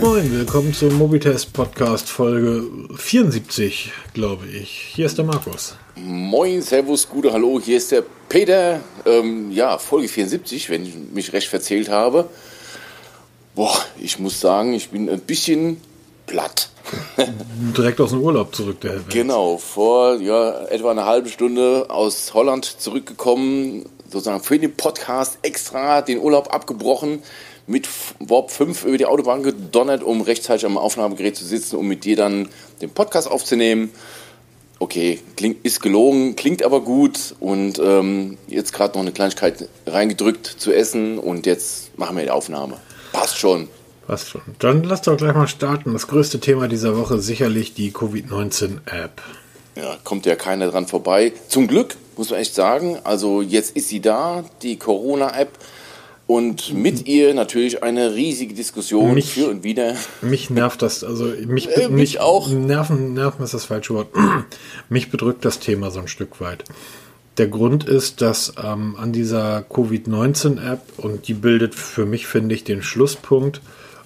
Moin, willkommen zum Mobitest Podcast Folge 74, glaube ich. Hier ist der Markus. Moin, servus, gute Hallo, hier ist der Peter. Folge 74, wenn ich mich recht verzählt habe. Ich muss sagen, ich bin ein bisschen platt. Direkt aus dem Urlaub zurück, der Herr Wenz. Genau, vor etwa einer halben Stunde aus Holland zurückgekommen, sozusagen für den Podcast extra den Urlaub abgebrochen, mit Warp 5 über die Autobahn gedonnert, um rechtzeitig am Aufnahmegerät zu sitzen, um mit dir dann den Podcast aufzunehmen. Okay, ist gelogen, klingt aber gut und jetzt gerade noch eine Kleinigkeit reingedrückt zu essen und jetzt machen wir die Aufnahme. Passt schon. Passt schon. Dann lass doch gleich mal starten. Das größte Thema dieser Woche sicherlich die Covid-19-App. Ja, kommt ja keiner dran vorbei. Zum Glück, muss man echt sagen. Also jetzt ist sie da, die Corona-App. Und mit ihr natürlich eine riesige Diskussion für und wider. Mich nervt das, also mich auch. Nerven ist das falsche Wort. Mich bedrückt das Thema so ein Stück weit. Der Grund ist, dass an dieser Covid-19-App, und die bildet für mich, finde ich, den Schlusspunkt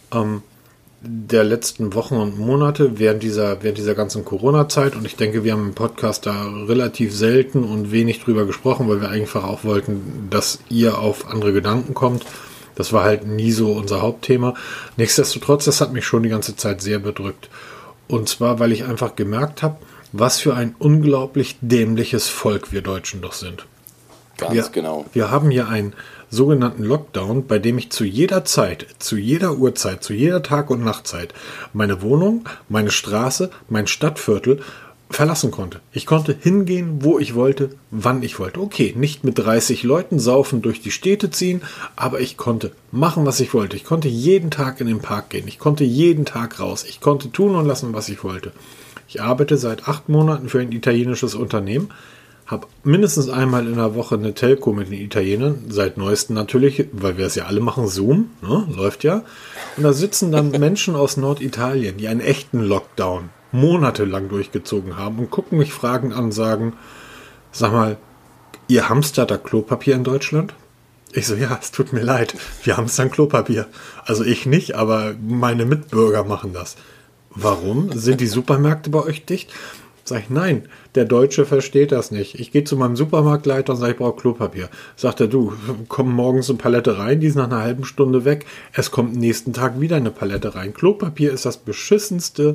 der letzten Wochen und Monate während dieser ganzen Corona-Zeit, und ich denke, wir haben im Podcast da relativ selten und wenig drüber gesprochen, weil wir einfach auch wollten, dass ihr auf andere Gedanken kommt. Das war halt nie so unser Hauptthema. Nichtsdestotrotz, das hat mich schon die ganze Zeit sehr bedrückt. Und zwar, weil ich einfach gemerkt habe, was für ein unglaublich dämliches Volk wir Deutschen doch sind. Genau. Wir haben hier einen sogenannten Lockdown, bei dem ich zu jeder Zeit, zu jeder Uhrzeit, zu jeder Tag- und Nachtzeit meine Wohnung, meine Straße, mein Stadtviertel verlassen konnte. Ich konnte hingehen, wo ich wollte, wann ich wollte. Okay, nicht mit 30 Leuten saufen durch die Städte ziehen, aber ich konnte machen, was ich wollte. Ich konnte jeden Tag in den Park gehen. Ich konnte jeden Tag raus. Ich konnte tun und lassen, was ich wollte. Ich arbeite seit 8 Monaten für ein italienisches Unternehmen. Habe mindestens einmal in der Woche eine Telco mit den Italienern, seit neuestem natürlich, weil wir es ja alle machen, Zoom, ne, läuft ja. Und da sitzen dann Menschen aus Norditalien, die einen echten Lockdown monatelang durchgezogen haben und gucken mich fragend an und sagen, sag mal, ihr hamstert da Klopapier in Deutschland? Ich so, ja, es tut mir leid, wir hamstern Klopapier. Also ich nicht, aber meine Mitbürger machen das. Warum? Sind die Supermärkte bei euch dicht? Sag ich, nein, der Deutsche versteht das nicht. Ich gehe zu meinem Supermarktleiter und sage, ich brauche Klopapier. Sagt er, du, komm morgens eine Palette rein, die ist nach einer halben Stunde weg. Es kommt nächsten Tag wieder eine Palette rein. Klopapier ist das beschissenste.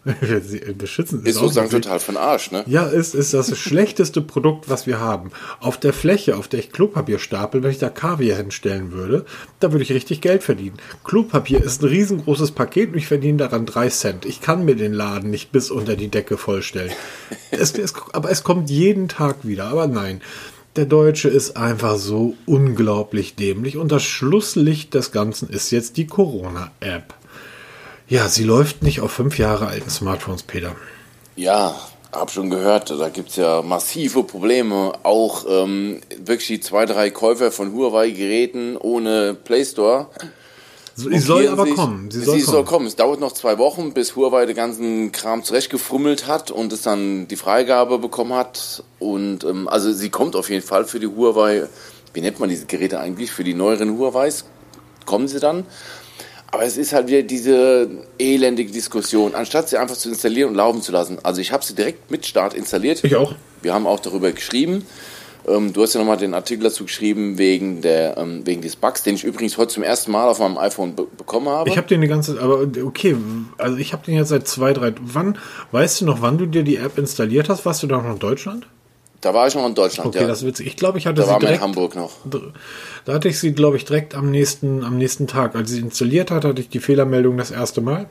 Ist sozusagen total für den Arsch, ne? Ja, ist das schlechteste Produkt, was wir haben. Auf der Fläche, auf der ich Klopapier stapel, wenn ich da Kaviar hinstellen würde, da würde ich richtig Geld verdienen. Klopapier ist ein riesengroßes Paket und ich verdiene daran 3 Cent. Ich kann mir den Laden nicht bis unter die Decke vollstellen. Aber es kommt jeden Tag wieder. Aber nein, der Deutsche ist einfach so unglaublich dämlich. Und das Schlusslicht des Ganzen ist jetzt die Corona-App. Ja, sie läuft nicht auf 5 Jahre alten Smartphones, Peter. Ja, hab schon gehört, da gibt's ja massive Probleme. Auch wirklich 2, 3 Käufer von Huawei-Geräten ohne Play Store. Sie soll aber kommen. Sie soll kommen. Es dauert noch 2 Wochen, bis Huawei den ganzen Kram zurechtgefummelt hat und es dann die Freigabe bekommen hat. Und also sie kommt auf jeden Fall für die Huawei. Wie nennt man diese Geräte eigentlich? Für die neueren Huaweis kommen sie dann. Aber es ist halt wieder diese elendige Diskussion, anstatt sie einfach zu installieren und laufen zu lassen. Also ich habe sie direkt mit Start installiert. Ich auch. Wir haben auch darüber geschrieben. Du hast ja nochmal den Artikel dazu geschrieben wegen des Bugs, den ich übrigens heute zum ersten Mal auf meinem iPhone bekommen habe. Ich habe den aber okay, also ich habe den jetzt seit 2, 3, weißt du noch, wann du dir die App installiert hast? Warst du da noch in Deutschland? Da war ich noch in Deutschland, okay, ja. Das ist witzig. Ich glaube, ich hatte sie direkt. Da war in Hamburg noch. Da hatte ich sie, glaube ich, direkt am nächsten Tag. Als ich sie installiert hatte ich die Fehlermeldung das erste Mal.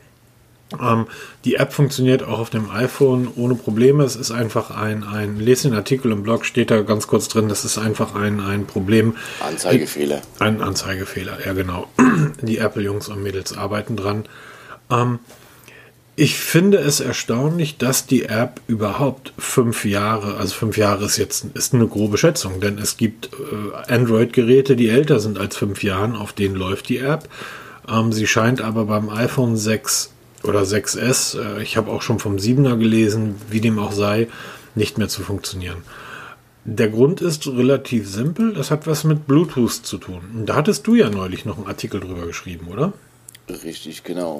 Die App funktioniert auch auf dem iPhone ohne Probleme. Es ist einfach lese den Artikel im Blog, steht da ganz kurz drin, das ist einfach ein Problem. Anzeigefehler. Ein Anzeigefehler, ja genau. Die Apple-Jungs und Mädels arbeiten dran. Ich finde es erstaunlich, dass die App überhaupt 5 Jahre, also 5 Jahre ist eine grobe Schätzung, denn es gibt Android-Geräte, die älter sind als 5 Jahren, auf denen läuft die App. Sie scheint aber beim iPhone 6 oder 6S, ich habe auch schon vom 7er gelesen, wie dem auch sei, nicht mehr zu funktionieren. Der Grund ist relativ simpel, das hat was mit Bluetooth zu tun. Und da hattest du ja neulich noch einen Artikel drüber geschrieben, oder? Richtig, genau.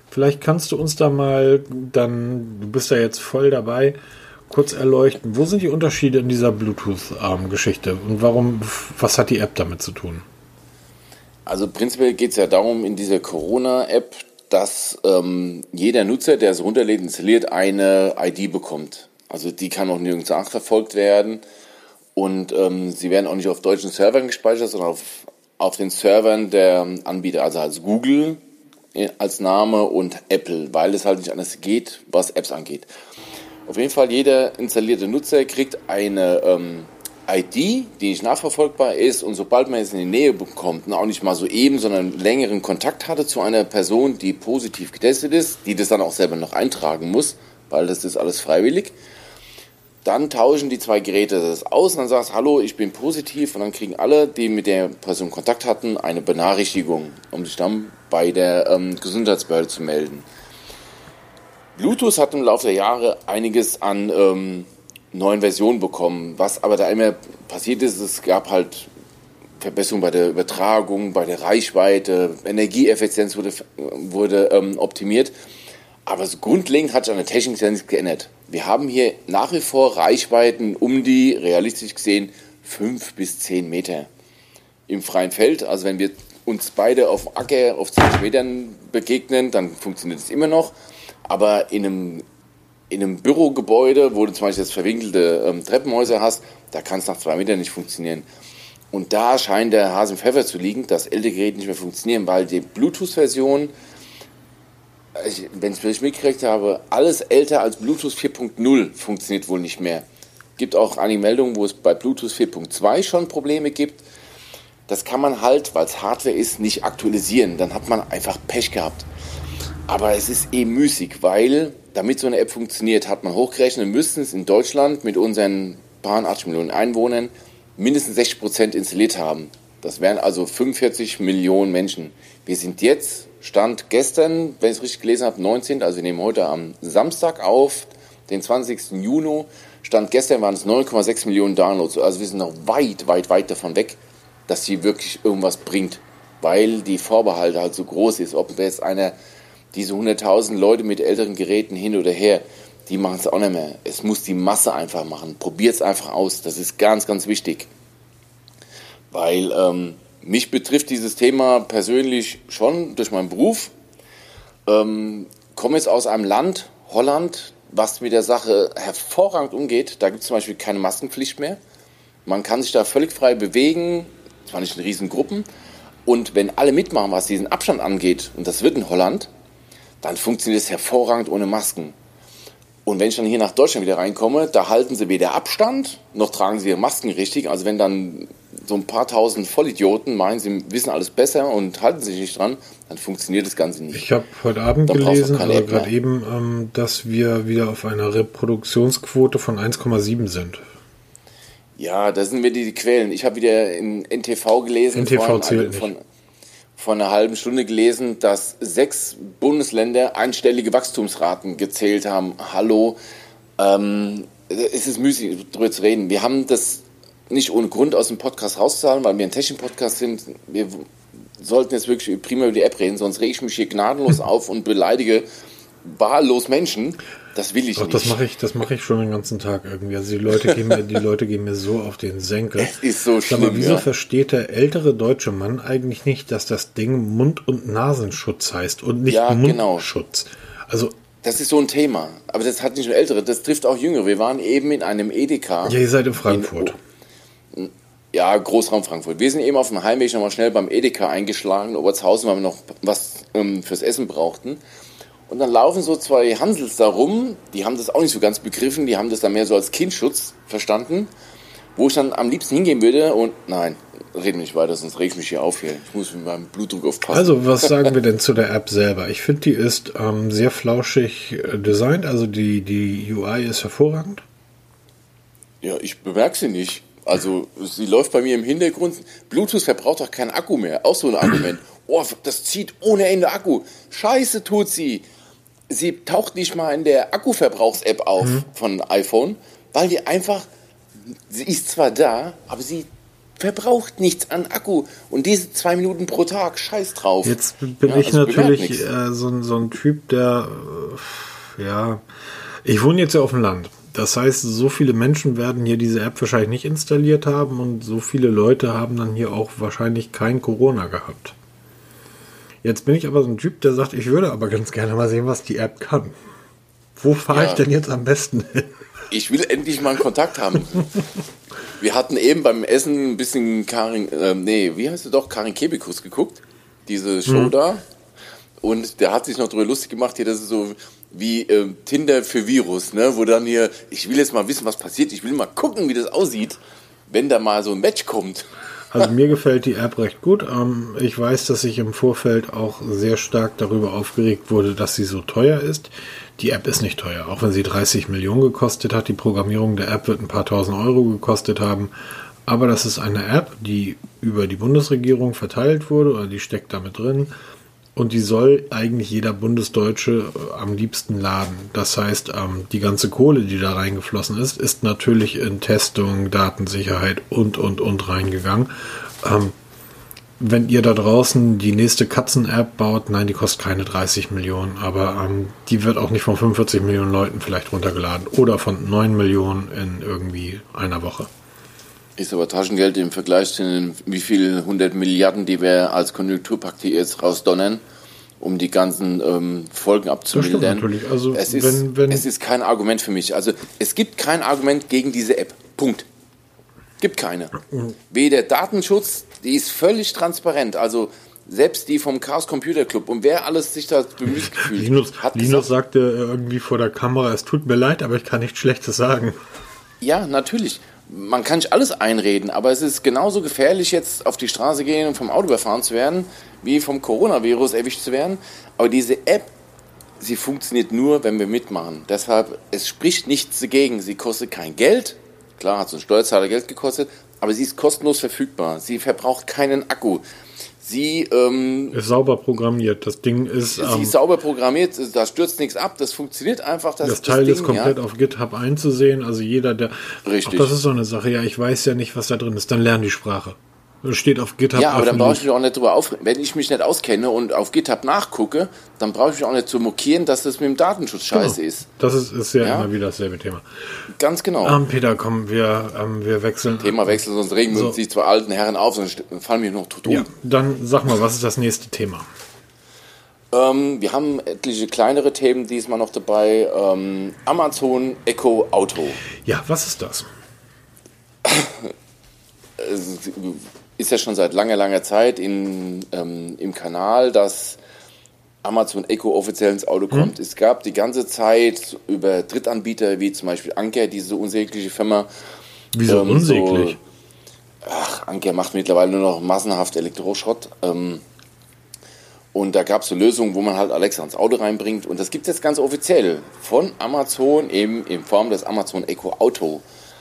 Vielleicht kannst du uns da mal dann, du bist ja jetzt voll dabei, kurz erleuchten, wo sind die Unterschiede in dieser Bluetooth-Geschichte und was hat die App damit zu tun? Also prinzipiell geht es ja darum, in dieser Corona-App, dass jeder Nutzer, der es runterlädt, installiert, eine ID bekommt. Also die kann auch nirgends nachverfolgt werden und sie werden auch nicht auf deutschen Servern gespeichert, sondern auf den Servern der Anbieter, also als Google als Name und Apple, weil es halt nicht anders geht, was Apps angeht. Auf jeden Fall, jeder installierte Nutzer kriegt eine ID, die nicht nachverfolgbar ist, und sobald man jetzt in die Nähe bekommt, auch nicht mal so eben, sondern einen längeren Kontakt hatte zu einer Person, die positiv getestet ist, die das dann auch selber noch eintragen muss, weil das ist alles freiwillig, dann tauschen die zwei Geräte das aus und dann sagst, hallo, ich bin positiv, und dann kriegen alle, die mit der Person Kontakt hatten, eine Benachrichtigung, um sich dann bei der Gesundheitsbehörde zu melden. Bluetooth hat im Laufe der Jahre einiges an neuen Versionen bekommen. Was aber da immer passiert ist, es gab halt Verbesserungen bei der Übertragung, bei der Reichweite, Energieeffizienz wurde optimiert. Aber so grundlegend hat sich an der Technik ja nichts geändert. Wir haben hier nach wie vor Reichweiten um die, realistisch gesehen, 5 bis 10 Meter im freien Feld. Also wenn wir uns beide auf dem Acker auf 20 Metern begegnen, dann funktioniert es immer noch. Aber in einem Bürogebäude, wo du zum Beispiel jetzt verwinkelte Treppenhäuser hast, da kann es nach 2 Metern nicht funktionieren. Und da scheint der Hase im Pfeffer zu liegen, dass ältere Geräte nicht mehr funktionieren, weil die Bluetooth-Version, wenn ich es richtig mitgekriegt habe, alles älter als Bluetooth 4.0 funktioniert wohl nicht mehr. Es gibt auch einige Meldungen, wo es bei Bluetooth 4.2 schon Probleme gibt. Das kann man halt, weil es Hardware ist, nicht aktualisieren. Dann hat man einfach Pech gehabt. Aber es ist müßig, weil damit so eine App funktioniert, hat man hochgerechnet, müssten es in Deutschland mit unseren paar 80 Millionen Einwohnern mindestens 60% installiert haben. Das wären also 45 Millionen Menschen. Wir sind jetzt, Stand gestern, wenn ich es richtig gelesen habe, 19., also wir nehmen heute am Samstag auf, den 20. Juni, Stand gestern waren es 9,6 Millionen Downloads. Also wir sind noch weit, weit, weit davon weg, dass sie wirklich irgendwas bringt, weil die Vorbehalte halt so groß ist. Ob jetzt diese 100.000 Leute mit älteren Geräten hin oder her, die machen es auch nicht mehr. Es muss die Masse einfach machen. Probiert es einfach aus. Das ist ganz, ganz wichtig. Weil mich betrifft dieses Thema persönlich schon durch meinen Beruf. Komme jetzt aus einem Land, Holland, was mit der Sache hervorragend umgeht. Da gibt es zum Beispiel keine Maskenpflicht mehr. Man kann sich da völlig frei bewegen, zwar nicht in Riesengruppen. Und wenn alle mitmachen, was diesen Abstand angeht, und das wird in Holland, dann funktioniert es hervorragend ohne Masken. Und wenn ich dann hier nach Deutschland wieder reinkomme, da halten sie weder Abstand, noch tragen sie ihre Masken richtig. Also wenn dann so ein paar tausend Vollidioten meinen, sie wissen alles besser und halten sich nicht dran, dann funktioniert das Ganze nicht. Ich habe heute Abend gelesen, also gerade eben, dass wir wieder auf einer Reproduktionsquote von 1,7 sind. Ja, da sind wir die Quellen. Ich habe wieder in NTV gelesen. NTV zählt nicht. Von einer halben Stunde gelesen, dass 6 Bundesländer einstellige Wachstumsraten gezählt haben. Hallo, es ist müßig, darüber zu reden. Wir haben das nicht ohne Grund aus dem Podcast rauszuhalten, weil wir ein Technik-Podcast sind. Wir sollten jetzt wirklich prima über die App reden, sonst rege ich mich hier gnadenlos auf und beleidige wahllos Menschen. Das will ich nicht. Das mache ich schon den ganzen Tag irgendwie. Also die Leute gehen mir so auf den Senkel. Es ist so schlimm. Sag mal, wieso versteht der ältere deutsche Mann eigentlich nicht, dass das Ding Mund- und Nasenschutz heißt und nicht Mundschutz? Genau. Also das ist so ein Thema. Aber das hat nicht nur Ältere, das trifft auch Jüngere. Wir waren eben in einem Edeka. Ja, ihr seid in Frankfurt. Ja, Großraum Frankfurt. Wir sind eben auf dem Heimweg nochmal schnell beim Edeka eingeschlagen, Obertshausen, weil wir noch was fürs Essen brauchten. Und dann laufen so 2 Hansels da rum, die haben das auch nicht so ganz begriffen, die haben das dann mehr so als Kindschutz verstanden, wo ich dann am liebsten hingehen würde und nein, reden nicht weiter, sonst reg ich mich hier auf hier. Ich muss mit meinem Blutdruck aufpassen. Also, was sagen wir denn zu der App selber? Ich finde, die ist sehr flauschig designt, also die UI ist hervorragend. Ja, ich bemerke sie nicht. Also, sie läuft bei mir im Hintergrund. Bluetooth verbraucht doch keinen Akku mehr. Auch so ein Argument. Oh, das zieht ohne Ende Akku. Scheiße tut sie. Sie taucht nicht mal in der Akkuverbrauchs-App auf von iPhone, weil die einfach, sie ist zwar da, aber sie verbraucht nichts an Akku. Und diese 2 Minuten pro Tag, scheiß drauf. Jetzt bin ich also natürlich so ein Typ, der, ich wohne jetzt ja auf dem Land. Das heißt, so viele Menschen werden hier diese App wahrscheinlich nicht installiert haben und so viele Leute haben dann hier auch wahrscheinlich kein Corona gehabt. Jetzt bin ich aber so ein Typ, der sagt, ich würde aber ganz gerne mal sehen, was die App kann. Wo fahre ich denn jetzt am besten hin? Ich will endlich mal einen Kontakt haben. Wir hatten eben beim Essen ein bisschen Karin Kebekus geguckt, diese Show da. Und der hat sich noch darüber lustig gemacht, hier, das ist so wie Tinder für Virus, ne? Wo dann hier, ich will jetzt mal wissen, was passiert, ich will mal gucken, wie das aussieht, wenn da mal so ein Match kommt. Also mir gefällt die App recht gut. Ich weiß, dass ich im Vorfeld auch sehr stark darüber aufgeregt wurde, dass sie so teuer ist. Die App ist nicht teuer, auch wenn sie 30 Millionen gekostet hat. Die Programmierung der App wird ein paar tausend Euro gekostet haben. Aber das ist eine App, die über die Bundesregierung verteilt wurde, oder die steckt damit drin. Und die soll eigentlich jeder Bundesdeutsche am liebsten laden. Das heißt, die ganze Kohle, die da reingeflossen ist, ist natürlich in Testung, Datensicherheit und reingegangen. Wenn ihr da draußen die nächste Katzen-App baut, nein, die kostet keine 30 Millionen, aber die wird auch nicht von 45 Millionen Leuten vielleicht runtergeladen oder von 9 Millionen in irgendwie einer Woche. Ist aber Taschengeld im Vergleich zu den wie viel 100 Milliarden, die wir als Konjunkturpakt hier jetzt rausdonnern, um die ganzen Folgen abzumildern. Das stimmt natürlich. Also es ist kein Argument für mich. Also es gibt kein Argument gegen diese App. Punkt. Gibt keine. Weder Datenschutz, die ist völlig transparent. Also selbst die vom Chaos Computer Club und wer alles sich da bemüht gefühlt hat. Linus sagte irgendwie vor der Kamera, es tut mir leid, aber ich kann nichts Schlechtes sagen. Ja, natürlich. Man kann nicht alles einreden, aber es ist genauso gefährlich, jetzt auf die Straße gehen und vom Auto überfahren zu werden, wie vom Coronavirus erwischt zu werden. Aber diese App, sie funktioniert nur, wenn wir mitmachen. Deshalb, es spricht nichts dagegen. Sie kostet kein Geld. Klar, hat so ein Steuerzahler Geld gekostet, aber sie ist kostenlos verfügbar. Sie verbraucht keinen Akku. Sie ist sauber programmiert. Das Ding ist... sie ist sauber programmiert, da stürzt nichts ab, das funktioniert einfach. Das Teil Ding, ist komplett auf GitHub einzusehen, also jeder, der... Richtig. Auch das ist so eine Sache, ja, ich weiß ja nicht, was da drin ist, dann lern die Sprache. Das steht auf GitHub. Ja, aber dann brauche ich mich auch nicht drüber aufregen. Wenn ich mich nicht auskenne und auf GitHub nachgucke, dann brauche ich mich auch nicht zu mokieren, dass das mit dem Datenschutz scheiße ist. Das ist ja immer wieder dasselbe Thema. Ganz genau. Peter, komm, wir wechseln. Thema wechseln, sonst regen wir uns die zwei alten Herren auf, sonst fallen wir noch tot um. Ja, dann sag mal, was ist das nächste Thema? Wir haben etliche kleinere Themen diesmal noch dabei. Amazon Echo Auto. Ja, was ist das? Ist ja schon seit langer Zeit im Kanal, dass Amazon Echo offiziell ins Auto kommt. Es gab die ganze Zeit über Drittanbieter wie zum Beispiel Anker, diese unsägliche Firma. Wieso unsäglich? Anker macht mittlerweile nur noch massenhaft Elektroschrott. Und da gab es so Lösungen, wo man halt Alexa ins Auto reinbringt. Und das gibt es jetzt ganz offiziell von Amazon eben in Form des Amazon Echo Auto.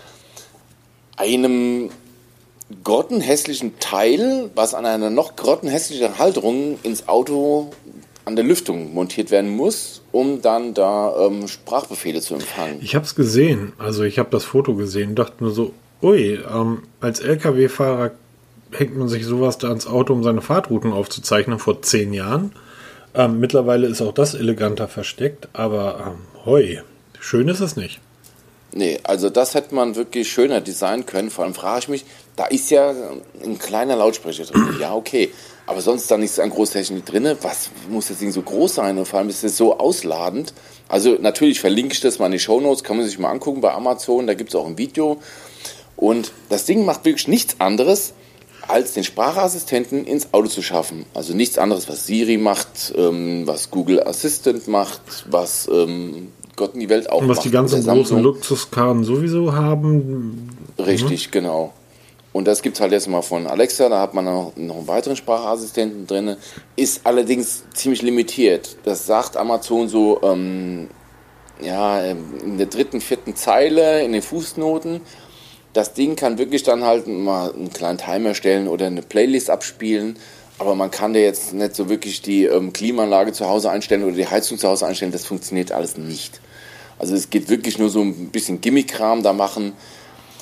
Einem grottenhässlichen Teil, was an einer noch grottenhässlicheren Halterung ins Auto an der Lüftung montiert werden muss, um dann da Sprachbefehle zu empfangen. Ich habe es gesehen, also ich habe das Foto gesehen und dachte nur so, ui, als LKW-Fahrer hängt man sich sowas da ans Auto, um seine Fahrtrouten aufzuzeichnen, vor 10 Jahren. Mittlerweile ist auch das eleganter versteckt, aber schön ist es nicht. Nee, also das hätte man wirklich schöner designen können. Vor allem frage ich mich, da ist ja ein kleiner Lautsprecher drin. Ja, okay. Aber sonst da nichts an Großtechnik drin. Was muss das Ding so groß sein? Und vor allem ist es so ausladend. Also natürlich verlinke ich das mal in die Shownotes, kann man sich mal angucken bei Amazon. Da gibt es auch ein Video. Und das Ding macht wirklich nichts anderes, als den Sprachassistenten ins Auto zu schaffen. Also nichts anderes, was Siri macht, was Google Assistant macht, was... Gott in die Welt auch. Und was die ganzen großen Luxuskarren sowieso haben. Richtig, genau. Und das gibt es halt jetzt mal von Alexa, da hat man noch einen weiteren Sprachassistenten drin. Ist allerdings ziemlich limitiert. Das sagt Amazon so, in der 3., 4. Zeile, in den Fußnoten. Das Ding kann wirklich dann halt mal einen kleinen Timer stellen oder eine Playlist abspielen. Aber man kann da jetzt nicht so wirklich die Klimaanlage zu Hause einstellen oder die Heizung zu Hause einstellen. Das funktioniert alles nicht. Also es geht wirklich nur so ein bisschen Gimmick-Kram da machen.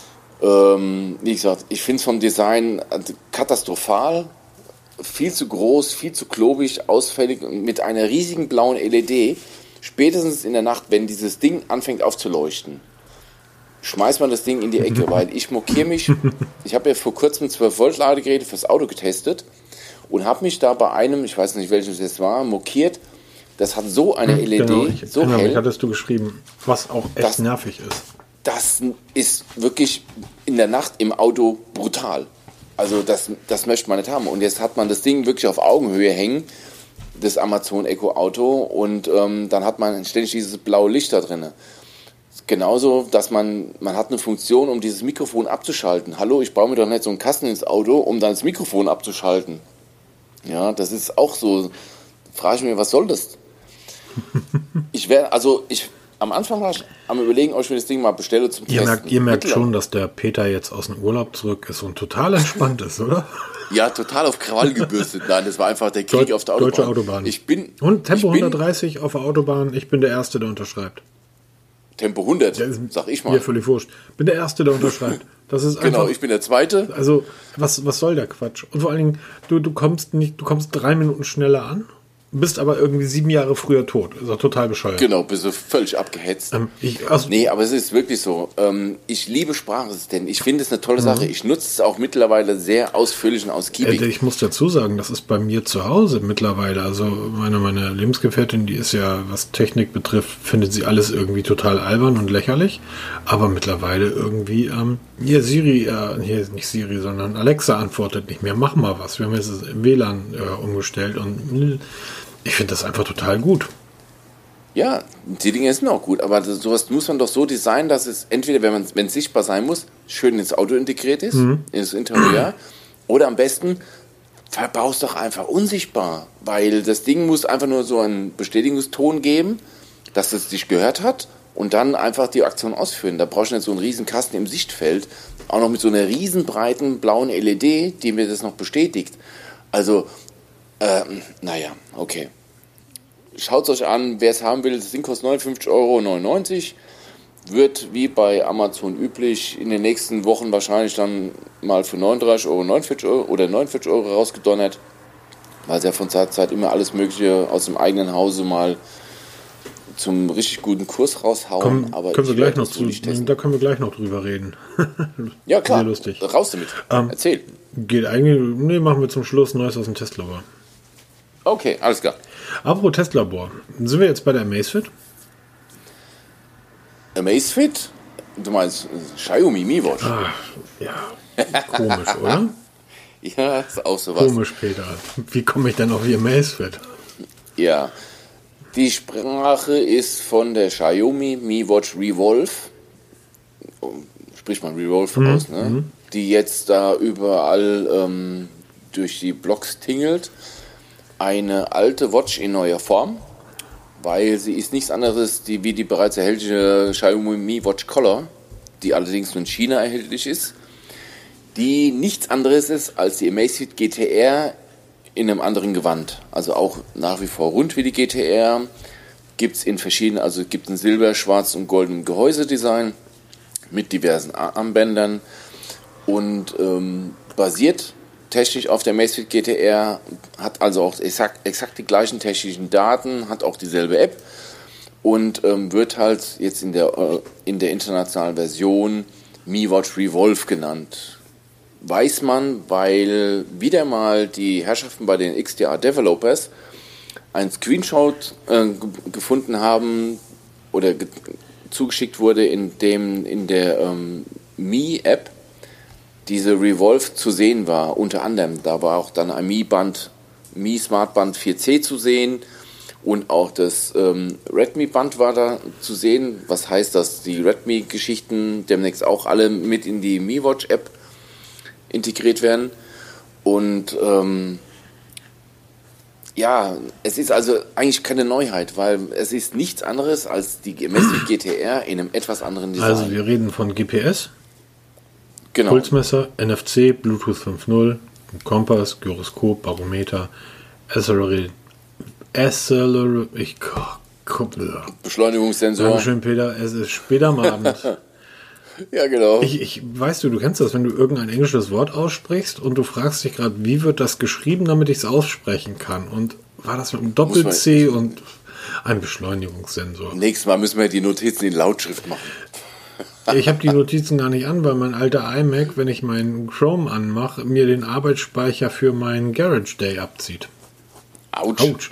Wie gesagt, ich finde es vom Design katastrophal. Viel zu groß, viel zu klobig, ausfällig und mit einer riesigen blauen LED. Spätestens in der Nacht, wenn dieses Ding anfängt aufzuleuchten, schmeißt man das Ding in die Ecke, weil ich mokiere mich. Ich habe ja vor kurzem 12-Volt-Ladegeräte fürs Auto getestet und habe mich da bei einem, ich weiß nicht welches es war, mokiert. Das hat so eine LED, genau, so hell. Mich hattest du geschrieben, was auch echt nervig ist. Das ist wirklich in der Nacht im Auto brutal. Also das möchte man nicht haben. Und jetzt hat man das Ding wirklich auf Augenhöhe hängen, das Amazon Echo Auto, und dann hat man ständig dieses blaue Licht da drin. Genauso, dass man hat eine Funktion, um dieses Mikrofon abzuschalten. Hallo, ich baue mir doch nicht so einen Kasten ins Auto, um dann das Mikrofon abzuschalten. Ja, das ist auch so. Frage ich mich, was soll das? Am Anfang war ich am Überlegen, ob ich mir das Ding mal bestelle zum Testen. Ihr merkt schon, dass der Peter jetzt aus dem Urlaub zurück ist und total entspannt ist, oder? Ja, total auf Krawall gebürstet. Nein, das war einfach der Krieg auf der Autobahn. Deutsche Autobahn. Und Tempo 130 auf der Autobahn. Ich bin der Erste, der unterschreibt. Tempo 100, sag ich mal. Mir völlig wurscht. Bin der Erste, der unterschreibt. Das ist genau, einfach, ich bin der Zweite. Also, was soll der Quatsch? Und vor allen Dingen, du kommst 3 Minuten schneller an, bist aber irgendwie 7 Jahre früher tot. Ist auch total bescheuert. Genau, bist du völlig abgehetzt. Nee, aber es ist wirklich so. Ich liebe Sprachassistenten. Ich finde es eine tolle Sache. Ich nutze es auch mittlerweile sehr ausführlich und ausgiebig. Ich muss dazu sagen, das ist bei mir zu Hause mittlerweile. Also meine Lebensgefährtin, die ist ja, was Technik betrifft, findet sie alles irgendwie total albern und lächerlich. Aber mittlerweile irgendwie, Siri, nicht Siri, sondern Alexa antwortet nicht mehr. Mach mal was. Wir haben jetzt das WLAN umgestellt und ich finde das einfach total gut. Ja, die Dinge sind auch gut, aber sowas muss man doch so designen, dass es entweder, wenn es sichtbar sein muss, schön ins Auto integriert ist, ins Interieur, oder am besten verbaust doch einfach unsichtbar, weil das Ding muss einfach nur so einen Bestätigungston geben, dass es dich gehört hat, und dann einfach die Aktion ausführen. Da brauchst du nicht so einen riesen Kasten im Sichtfeld, auch noch mit so einer riesen breiten blauen LED, die mir das noch bestätigt. Also naja, okay. Schaut es euch an, wer es haben will. Das Ding kostet 59,99 €. Wird wie bei Amazon üblich in den nächsten Wochen wahrscheinlich dann mal für 39 €, 49 € oder 49 € rausgedonnert, weil sie ja von Zeit zu Zeit immer alles Mögliche aus dem eigenen Hause mal zum richtig guten Kurs raushauen. Da können wir gleich noch drüber reden. Ja, klar. Sehr lustig. Raus damit. Erzähl. Geht eigentlich, machen wir zum Schluss Neues aus dem Testlabor. Okay, alles klar. Apropos Testlabor, sind wir jetzt bei der Amazfit? Amazfit? Du meinst Xiaomi Mi Watch? Ach, ja, komisch, oder? Ja, ist auch sowas. Komisch, Peter. Wie komme ich denn auf die Amazfit? Ja, die Sprache ist von der Xiaomi Mi Watch Revolve. Spricht man Revolve aus, ne? Die jetzt da überall durch die Blogs tingelt. Eine alte Watch in neuer Form, weil sie ist nichts anderes wie die bereits erhältliche Xiaomi Mi Watch Color, die allerdings nur in China erhältlich ist, die nichts anderes ist als die Amazfit GTR in einem anderen Gewand. Also auch nach wie vor rund wie die GTR, gibt es in verschiedenen, also es gibt ein Silber-, Schwarz- und goldenem Gehäusedesign mit diversen Armbändern und basiert technisch auf der Amazfit GTR, hat also auch exakt die gleichen technischen Daten, hat auch dieselbe App und wird halt jetzt in der internationalen Version Mi Watch Revolve genannt. Weiß man, weil wieder mal die Herrschaften bei den XDR Developers einen Screenshot gefunden haben oder zugeschickt wurde, in dem in der Mi-App diese Revolve zu sehen war. Unter anderem, da war auch dann ein Mi Smart Band 4C zu sehen und auch das Redmi Band war da zu sehen. Was heißt, dass die Redmi-Geschichten demnächst auch alle mit in die Mi Watch App integriert werden. Und ja, es ist also eigentlich keine Neuheit, weil es ist nichts anderes als die Amazfit GTR in einem etwas anderen Design. Also wir reden von GPS, genau. Pulsmesser, NFC, Bluetooth 5.0, Kompass, Gyroskop, Barometer, Beschleunigungssensor. Dankeschön, Peter. Es ist spät am Abend. Ja, genau. Weißt du kennst das, wenn du irgendein englisches Wort aussprichst und du fragst dich gerade, wie wird das geschrieben, damit ich es aussprechen kann? Und war das mit einem Doppel-C und ein Beschleunigungssensor? Nächstes Mal müssen wir die Notizen in Lautschrift machen. Ich habe die Notizen gar nicht an, weil mein alter iMac, wenn ich meinen Chrome anmache, mir den Arbeitsspeicher für meinen Garage Day abzieht. Autsch.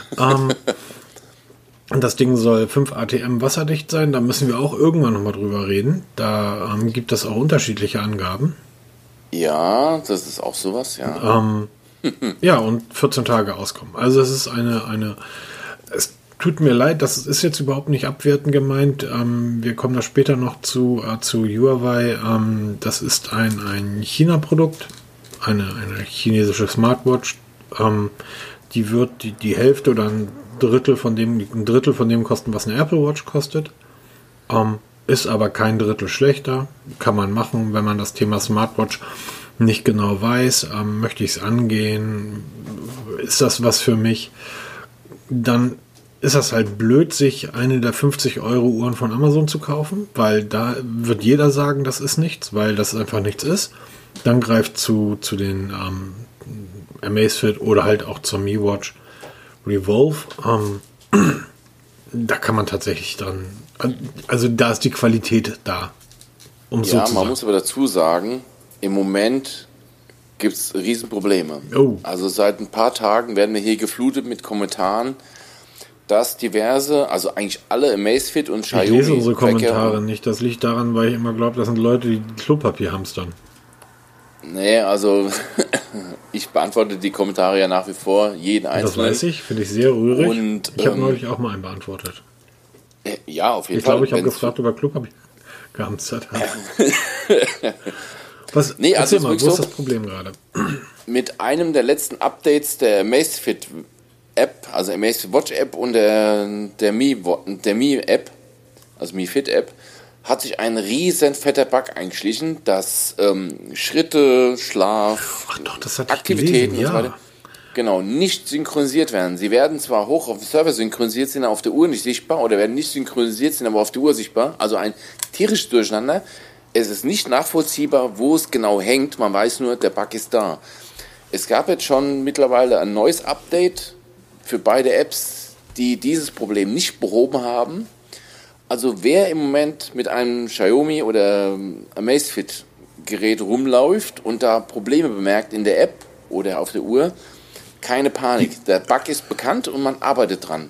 Das Ding soll 5 ATM wasserdicht sein, da müssen wir auch irgendwann nochmal drüber reden. Da gibt es auch unterschiedliche Angaben. Ja, das ist auch sowas, ja. Ja, und 14 Tage auskommen. Also es ist es tut mir leid, das ist jetzt überhaupt nicht abwertend gemeint. Wir kommen da später noch zu Huawei. Das ist ein China-Produkt, eine chinesische Smartwatch. Die wird die Hälfte oder ein Drittel von dem kosten, was eine Apple Watch kostet. Ist aber kein Drittel schlechter. Kann man machen, wenn man das Thema Smartwatch nicht genau weiß. Möchte ich es angehen? Ist das was für mich? Dann ist das halt blöd, sich eine der 50€ Uhren von Amazon zu kaufen, weil da wird jeder sagen, das ist nichts, weil das einfach nichts ist. Dann greift zu den Amazfit oder halt auch zur Mi Watch Revolve. Da kann man tatsächlich dran, also da ist die Qualität da. Ja, man muss aber dazu sagen, im Moment gibt es Riesenprobleme. Oh. Also seit ein paar Tagen werden wir hier geflutet mit Kommentaren, dass diverse, also eigentlich alle Amazfit und Xiaomi... Ich lese unsere Kommentare nicht. Das liegt daran, weil ich immer glaube, das sind Leute, die Klopapier hamstern. Nee, also ich beantworte die Kommentare ja nach wie vor, jeden einzelnen. Das weiß ich, finde ich sehr rührig. Und, ich habe neulich auch mal einen beantwortet. Ja, auf jeden Ich Fall. glaube, ich habe gefragt, ob er Klopapier gehamstert hat. Nee, also erzähl mal, wo ist das Problem gerade? Mit einem der letzten Updates der Amazfit App, also Amazfit Watch App und der Mi App, also Mi Fit App, hat sich ein riesen fetter Bug eingeschlichen, dass Schritte, Schlaf, Aktivitäten und so weiter genau nicht synchronisiert werden. Sie werden zwar hoch auf dem Server synchronisiert, sind auf der Uhr nicht sichtbar, oder werden nicht synchronisiert, sind aber auf der Uhr sichtbar. Also ein tierisches Durcheinander. Es ist nicht nachvollziehbar, wo es genau hängt. Man weiß nur, der Bug ist da. Es gab jetzt schon mittlerweile ein neues Update für beide Apps, die dieses Problem nicht behoben haben. Also wer im Moment mit einem Xiaomi oder Amazfit Gerät rumläuft und da Probleme bemerkt in der App oder auf der Uhr, keine Panik. Der Bug ist bekannt und man arbeitet dran.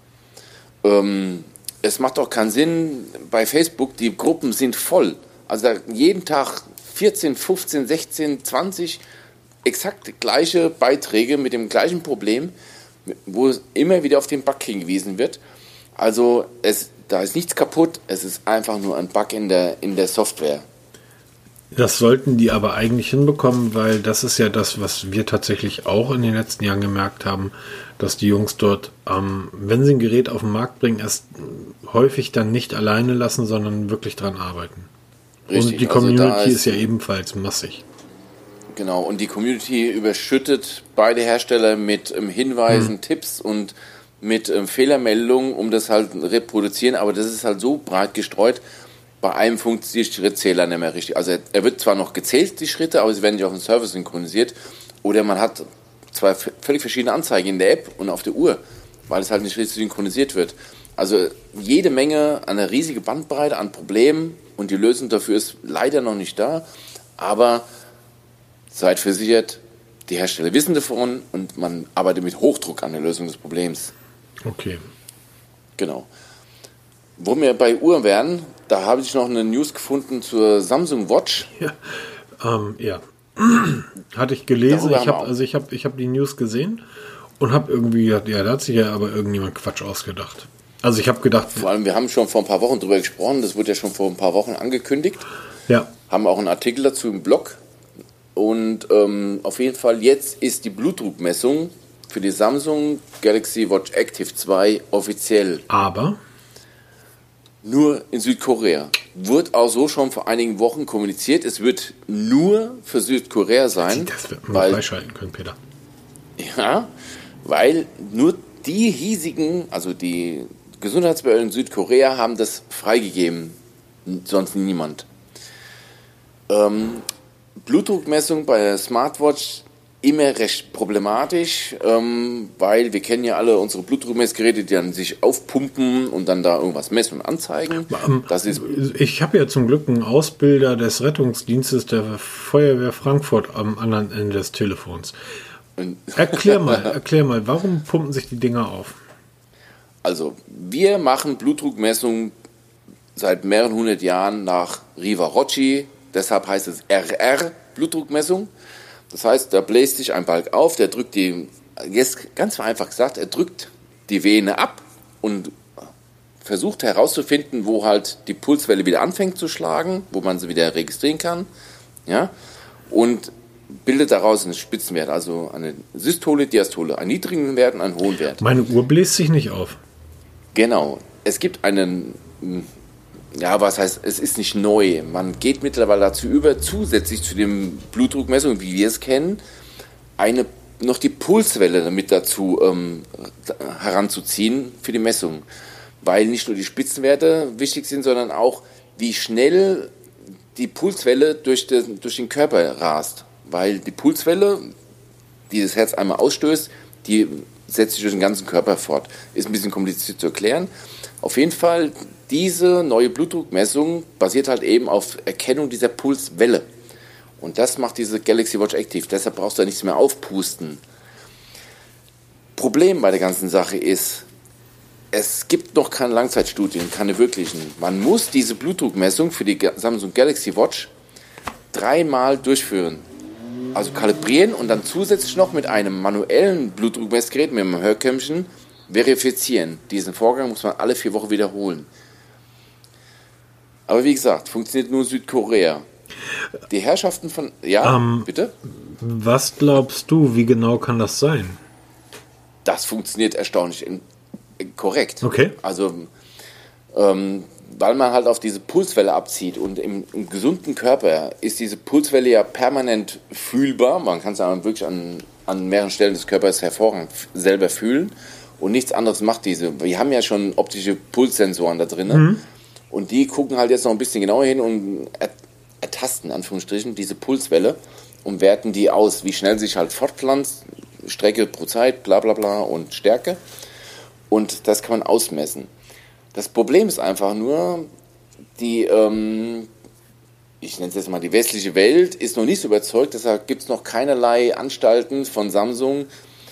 Es macht auch keinen Sinn bei Facebook, die Gruppen sind voll. Also da jeden Tag 14, 15, 16, 20 exakt gleiche Beiträge mit dem gleichen Problem, wo immer wieder auf den Bug hingewiesen wird. Also da ist nichts kaputt, es ist einfach nur ein Bug in der Software. Das sollten die aber eigentlich hinbekommen, weil das ist ja das, was wir tatsächlich auch in den letzten Jahren gemerkt haben, dass die Jungs dort, wenn sie ein Gerät auf den Markt bringen, erst häufig dann nicht alleine lassen, sondern wirklich dran arbeiten. Richtig, und die Community ist ja ebenfalls massig. Genau, und die Community überschüttet beide Hersteller mit Hinweisen, Tipps und mit Fehlermeldungen, um das halt reproduzieren, aber das ist halt so breit gestreut, bei einem funktioniert der Schrittzähler nicht mehr richtig. Also er wird zwar noch gezählt, die Schritte, aber sie werden nicht auf dem Server synchronisiert. Oder man hat zwei völlig verschiedene Anzeigen in der App und auf der Uhr, weil es halt nicht richtig synchronisiert wird. Also jede Menge, eine riesige Bandbreite an Problemen und die Lösung dafür ist leider noch nicht da. Aber seid versichert, die Hersteller wissen davon und man arbeitet mit Hochdruck an der Lösung des Problems. Okay. Genau. Wo wir bei Uhren wären, da habe ich noch eine News gefunden zur Samsung Watch. Ja. Hatte ich gelesen. Ich habe die News gesehen und habe irgendwie gedacht, ja, da hat sich ja aber irgendjemand Quatsch ausgedacht. Also ich habe gedacht... Vor allem, wir haben schon vor ein paar Wochen drüber gesprochen, das wurde ja schon vor ein paar Wochen angekündigt. Ja. Haben auch einen Artikel dazu im Blog. Und auf jeden Fall, jetzt ist die Blutdruckmessung für die Samsung Galaxy Watch Active 2 offiziell. Aber... Nur in Südkorea. Wird auch so schon vor einigen Wochen kommuniziert. Es wird nur für Südkorea sein. Das wird man freischalten können, Peter. Ja, weil nur die hiesigen, also die Gesundheitsbehörden in Südkorea haben das freigegeben. Sonst niemand. Blutdruckmessung bei der Smartwatch immer recht problematisch, weil wir kennen ja alle unsere Blutdruckmessgeräte, die dann sich aufpumpen und dann da irgendwas messen und anzeigen. Ich habe ja zum Glück einen Ausbilder des Rettungsdienstes der Feuerwehr Frankfurt am anderen Ende des Telefons. Erklär mal, warum pumpen sich die Dinger auf? Also, wir machen Blutdruckmessungen seit mehreren hundert Jahren nach Riva-Rocci, deshalb heißt es RR, Blutdruckmessung. Das heißt, da bläst sich ein Balg auf, der drückt jetzt ganz vereinfacht gesagt, er drückt die Vene ab und versucht herauszufinden, wo halt die Pulswelle wieder anfängt zu schlagen, wo man sie wieder registrieren kann, ja, und bildet daraus einen Spitzenwert, also eine Systole, Diastole, einen niedrigen Wert und einen hohen Wert. Meine Uhr bläst sich nicht auf. Genau. Es gibt einen, ja, was heißt, es ist nicht neu. Man geht mittlerweile dazu über, zusätzlich zu den Blutdruckmessungen, wie wir es kennen, noch die Pulswelle damit dazu heranzuziehen für die Messung. Weil nicht nur die Spitzenwerte wichtig sind, sondern auch, wie schnell die Pulswelle durch den Körper rast. Weil die Pulswelle, die das Herz einmal ausstößt, die setzt sich durch den ganzen Körper fort. Ist ein bisschen kompliziert zu erklären. Auf jeden Fall, diese neue Blutdruckmessung basiert halt eben auf Erkennung dieser Pulswelle. Und das macht diese Galaxy Watch Active. Deshalb brauchst du da nichts mehr aufpusten. Problem bei der ganzen Sache ist, es gibt noch keine Langzeitstudien, keine wirklichen. Man muss diese Blutdruckmessung für die Samsung Galaxy Watch 3-mal durchführen. Also kalibrieren und dann zusätzlich noch mit einem manuellen Blutdruckmessgerät, mit einem Hörkämmchen, verifizieren. Diesen Vorgang muss man alle 4 Wochen wiederholen. Aber wie gesagt, funktioniert nur Südkorea. Die Herrschaften von... Ja, bitte? Was glaubst du, wie genau kann das sein? Das funktioniert erstaunlich korrekt. Okay. Also, weil man halt auf diese Pulswelle abzieht und im gesunden Körper ist diese Pulswelle ja permanent fühlbar. Man kann es ja wirklich an mehreren Stellen des Körpers hervorragend selber fühlen und nichts anderes macht diese. Wir haben ja schon optische Pulssensoren da drin und die gucken halt jetzt noch ein bisschen genauer hin und ertasten, in Anführungsstrichen, diese Pulswelle und werten die aus, wie schnell sich halt fortpflanzt, Strecke pro Zeit, bla bla bla und Stärke, und das kann man ausmessen. Das Problem ist einfach nur, ich nenne es jetzt mal, die westliche Welt ist noch nicht so überzeugt, deshalb gibt es noch keinerlei Anstalten von Samsung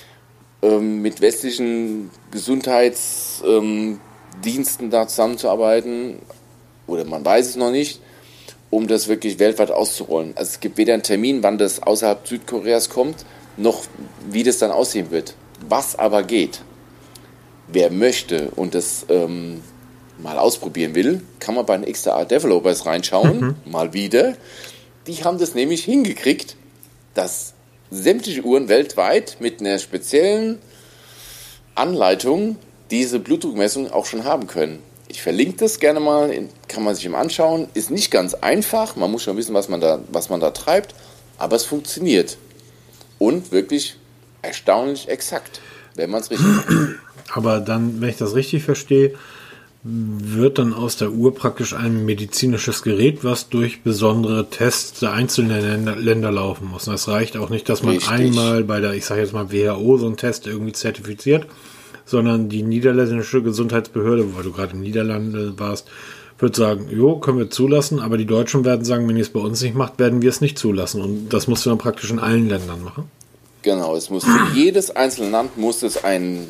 mit westlichen Gesundheitsdiensten da zusammenzuarbeiten, oder man weiß es noch nicht, um das wirklich weltweit auszurollen. Also es gibt weder einen Termin, wann das außerhalb Südkoreas kommt, noch wie das dann aussehen wird. Was aber geht, wer möchte und das mal ausprobieren will, kann man bei den XDR Developers reinschauen, mal wieder. Die haben das nämlich hingekriegt, dass sämtliche Uhren weltweit mit einer speziellen Anleitung diese Blutdruckmessung auch schon haben können. Ich verlinke das gerne mal, kann man sich eben anschauen. Ist nicht ganz einfach, man muss schon wissen, was man da treibt, aber es funktioniert. Und wirklich erstaunlich exakt, wenn man es richtig macht. Aber dann, wenn ich das richtig verstehe, wird dann aus der Uhr praktisch ein medizinisches Gerät, was durch besondere Tests der einzelnen Länder laufen muss. Und das reicht auch nicht, dass man einmal bei der, ich sage jetzt mal WHO, so einen Test irgendwie zertifiziert, sondern die niederländische Gesundheitsbehörde, weil du gerade in den Niederlanden warst, wird sagen, jo, können wir zulassen, aber die Deutschen werden sagen, wenn ihr es bei uns nicht macht, werden wir es nicht zulassen. Und das musst du dann praktisch in allen Ländern machen. Genau, es muss für jedes einzelne Land muss es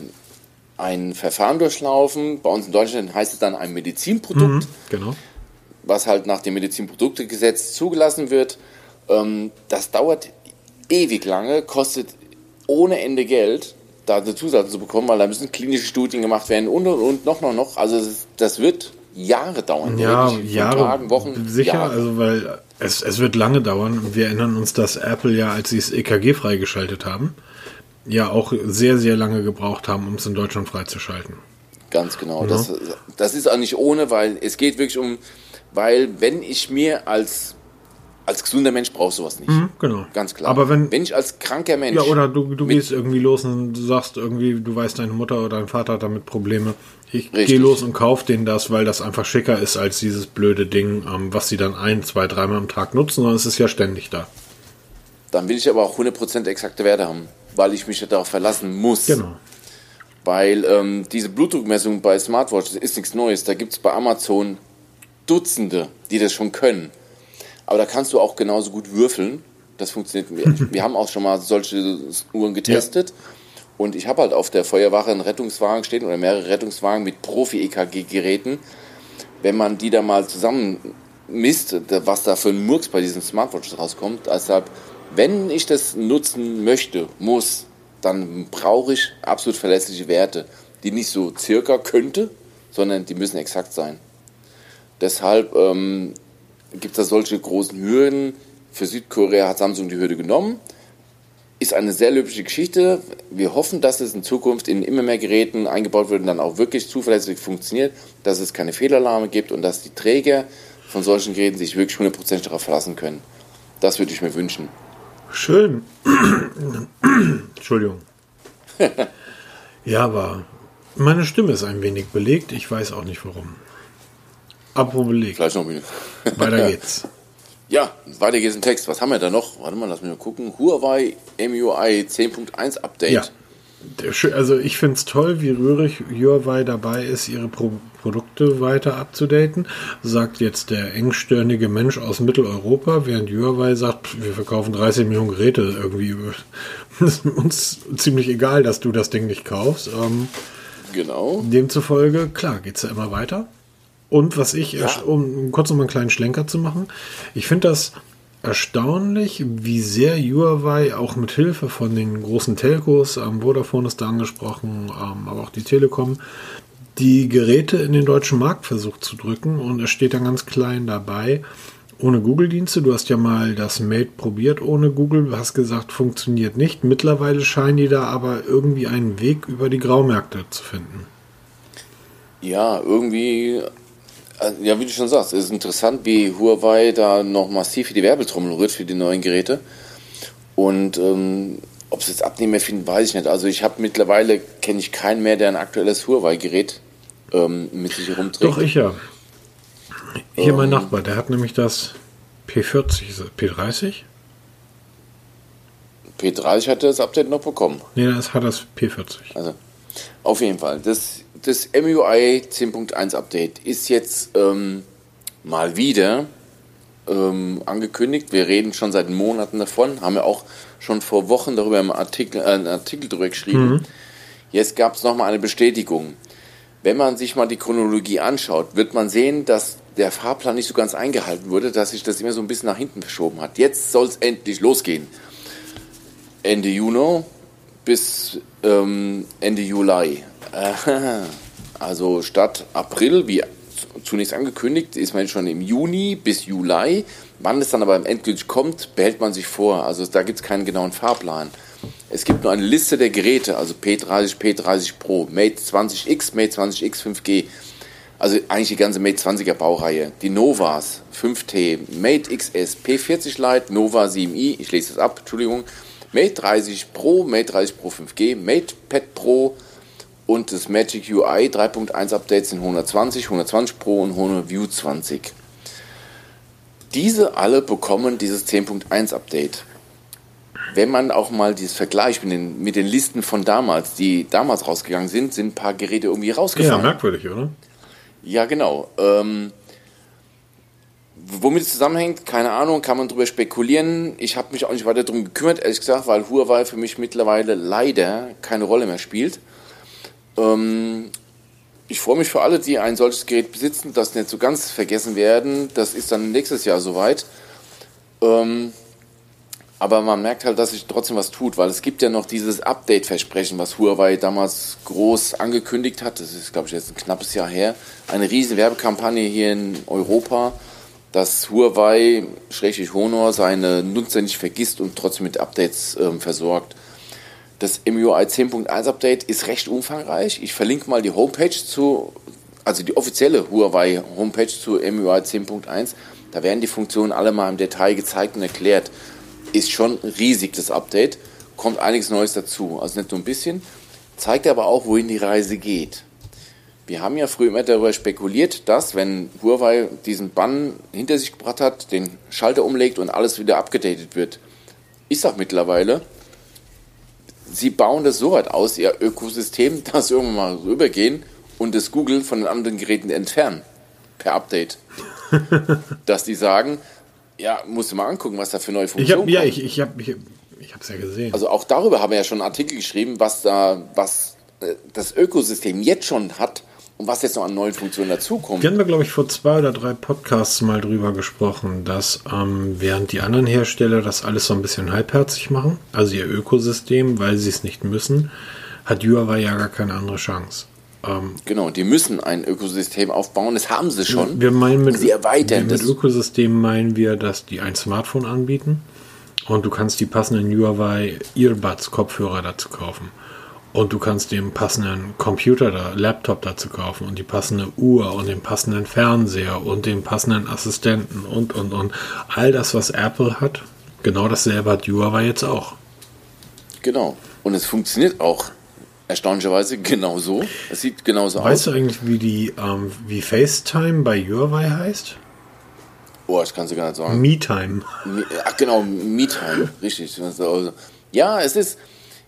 ein Verfahren durchlaufen. Bei uns in Deutschland heißt es dann ein Medizinprodukt, genau, was halt nach dem Medizinproduktegesetz zugelassen wird. Das dauert ewig lange, kostet ohne Ende Geld, da eine Zusatz zu bekommen, weil da müssen klinische Studien gemacht werden und noch. Also das wird Jahre dauern. Ja, Jahre, Tagen, Wochen, sicher, Jahre. also weil es wird lange dauern. Wir erinnern uns, dass Apple ja, als sie das EKG freigeschaltet haben, ja auch sehr, sehr lange gebraucht haben, um es in Deutschland freizuschalten. Ganz genau. Ja. Das ist auch nicht ohne, weil es geht wirklich weil wenn ich mir als als gesunder Mensch brauchst du sowas nicht. Genau. Ganz klar. Aber wenn ich als kranker Mensch... Ja, oder du gehst irgendwie los und du sagst irgendwie, du weißt, deine Mutter oder dein Vater hat damit Probleme. Ich gehe los und kaufe denen das, weil das einfach schicker ist als dieses blöde Ding, was sie dann 1, 2, 3 Mal am Tag nutzen, sondern es ist ja ständig da. Dann will ich aber auch 100% exakte Werte haben, weil ich mich darauf verlassen muss. Genau. Weil diese Blutdruckmessung bei Smartwatches ist nichts Neues. Da gibt es bei Amazon Dutzende, die das schon können. Aber da kannst du auch genauso gut würfeln. Das funktioniert. Wir haben auch schon mal solche Uhren getestet. Ja. Und ich habe halt auf der Feuerwache einen Rettungswagen stehen oder mehrere Rettungswagen mit Profi-EKG-Geräten. Wenn man die da mal zusammen misst, was da für ein Murks bei diesen Smartwatches rauskommt. Deshalb, wenn ich das nutzen möchte, dann brauche ich absolut verlässliche Werte, die nicht so circa könnte, sondern die müssen exakt sein. Deshalb gibt es da solche großen Hürden. Für Südkorea hat Samsung die Hürde genommen. Ist eine sehr löbliche Geschichte. Wir hoffen, dass es in Zukunft in immer mehr Geräten eingebaut wird und dann auch wirklich zuverlässig funktioniert, dass es keine Fehlalarme gibt und dass die Träger von solchen Geräten sich wirklich 100% darauf verlassen können. Das würde ich mir wünschen. Schön. Entschuldigung. Ja, aber meine Stimme ist ein wenig belegt. Ich weiß auch nicht warum. Apropos belegt. Vielleicht noch ein Weiter geht's. Ja, weiter geht's im Text. Was haben wir da noch? Warte mal, lass mich mal gucken. Huawei MIUI 10.1 Update. Ja. Also ich finde es toll, wie rührig Huawei dabei ist, ihre Produkte weiter abzudaten. Sagt jetzt der engstirnige Mensch aus Mitteleuropa, während Huawei sagt, wir verkaufen 30 Millionen Geräte irgendwie. Es ist uns ziemlich egal, dass du das Ding nicht kaufst. Genau. Demzufolge, klar, geht's ja immer weiter. Und was ich, um kurz noch mal einen kleinen Schlenker zu machen, ich finde das erstaunlich, wie sehr Huawei auch mit Hilfe von den großen Telcos, Vodafone ist da angesprochen, aber auch die Telekom, die Geräte in den deutschen Markt versucht zu drücken, und es steht dann ganz klein dabei, ohne Google-Dienste. Du hast ja mal das Mate probiert ohne Google, du hast gesagt, funktioniert nicht. Mittlerweile scheinen die da aber irgendwie einen Weg über die Graumärkte zu finden. Ja, irgendwie... Ja, wie du schon sagst, es ist interessant, wie Huawei da noch massiv für die Werbetrommel rührt für die neuen Geräte. Und ob es jetzt Abnehmer finden, weiß ich nicht. Also mittlerweile kenne ich keinen mehr, der ein aktuelles Huawei-Gerät mit sich herumträgt. Doch, ich ja. Hier mein Nachbar, der hat nämlich das P40, P30? P30 hat das Update noch bekommen. Nee, das hat das P40. Also, auf jeden Fall. Das MIUI 10.1 Update ist jetzt mal wieder angekündigt. Wir reden schon seit Monaten davon, haben wir auch schon vor Wochen darüber einen Artikel darüber geschrieben. Jetzt gab es nochmal eine Bestätigung. Wenn man sich mal die Chronologie anschaut, wird man sehen, dass der Fahrplan nicht so ganz eingehalten wurde, dass sich das immer so ein bisschen nach hinten verschoben hat. Jetzt soll es endlich losgehen. Ende Juni bis Ende Juli. Also statt April, wie zunächst angekündigt, ist man schon im Juni bis Juli. Wann es dann aber endgültig kommt, behält man sich vor. Also da gibt es keinen genauen Fahrplan. Es gibt nur eine Liste der Geräte, also P30, P30 Pro, Mate 20X, Mate 20X 5G. Also eigentlich die ganze Mate 20er Baureihe. Die Novas 5T, Mate XS, P40 Lite, Nova 7i, ich lese das ab, Entschuldigung, Mate 30 Pro, Mate 30 Pro 5G, Mate Pad Pro und das Magic UI 3.1 Update sind 120, 120 Pro und Honor View 20. Diese alle bekommen dieses 10.1 Update. Wenn man auch mal dieses Vergleich mit den Listen von damals, die damals rausgegangen sind, sind ein paar Geräte irgendwie rausgefallen. Ja, merkwürdig, oder? Ja, genau. Womit es zusammenhängt, keine Ahnung, kann man drüber spekulieren. Ich habe mich auch nicht weiter darum gekümmert, ehrlich gesagt, weil Huawei für mich mittlerweile leider keine Rolle mehr spielt. Ich freue mich für alle, die ein solches Gerät besitzen, das nicht so ganz vergessen werden. Das ist dann nächstes Jahr soweit. Aber man merkt halt, dass sich trotzdem was tut, weil es gibt ja noch dieses Update-Versprechen, was Huawei damals groß angekündigt hat. Das ist, glaube ich, jetzt ein knappes Jahr her. Eine riesen Werbekampagne hier in Europa, dass Huawei, Honor, seine Nutzer nicht vergisst und trotzdem mit Updates versorgt. Das MIUI 10.1 Update ist recht umfangreich. Ich verlinke mal die Homepage also die offizielle Huawei Homepage zu MIUI 10.1. Da werden die Funktionen alle mal im Detail gezeigt und erklärt. Ist schon riesig, das Update. Kommt einiges Neues dazu. Also nicht nur ein bisschen. Zeigt aber auch, wohin die Reise geht. Wir haben ja früher immer darüber spekuliert, dass, wenn Huawei diesen Bann hinter sich gebracht hat, den Schalter umlegt und alles wieder abgedatet wird. Ich sage mittlerweile, sie bauen das so weit aus, ihr Ökosystem, dass sie irgendwann mal rübergehen und das Google von den anderen Geräten entfernen. Per Update. Dass die sagen, ja, musst du mal angucken, was da für neue Funktionen kommen. Ich habe es ja gesehen. Also auch darüber haben wir ja schon einen Artikel geschrieben, was das Ökosystem jetzt schon hat und was jetzt noch an neuen Funktionen dazukommt. Wir haben da, glaube ich, vor 2 oder 3 Podcasts mal drüber gesprochen, dass während die anderen Hersteller das alles so ein bisschen halbherzig machen, also ihr Ökosystem, weil sie es nicht müssen, hat Huawei ja gar keine andere Chance. Genau, die müssen ein Ökosystem aufbauen, das haben sie schon. Wir meinen sie erweitern mit Ökosystem meinen wir, dass die ein Smartphone anbieten und du kannst die passenden Huawei Earbuds, Kopfhörer dazu kaufen. Und du kannst den passenden Computer, Laptop dazu kaufen und die passende Uhr und den passenden Fernseher und den passenden Assistenten und. All das, was Apple hat, genau dasselbe hat Huawei jetzt auch. Genau. Und es funktioniert auch erstaunlicherweise genauso. Es sieht genauso aus. Weißt du eigentlich, wie FaceTime bei Huawei heißt? Oh, ich kann es gar nicht sagen. MeTime. Ach genau, MeTime, richtig. Ja, es ist,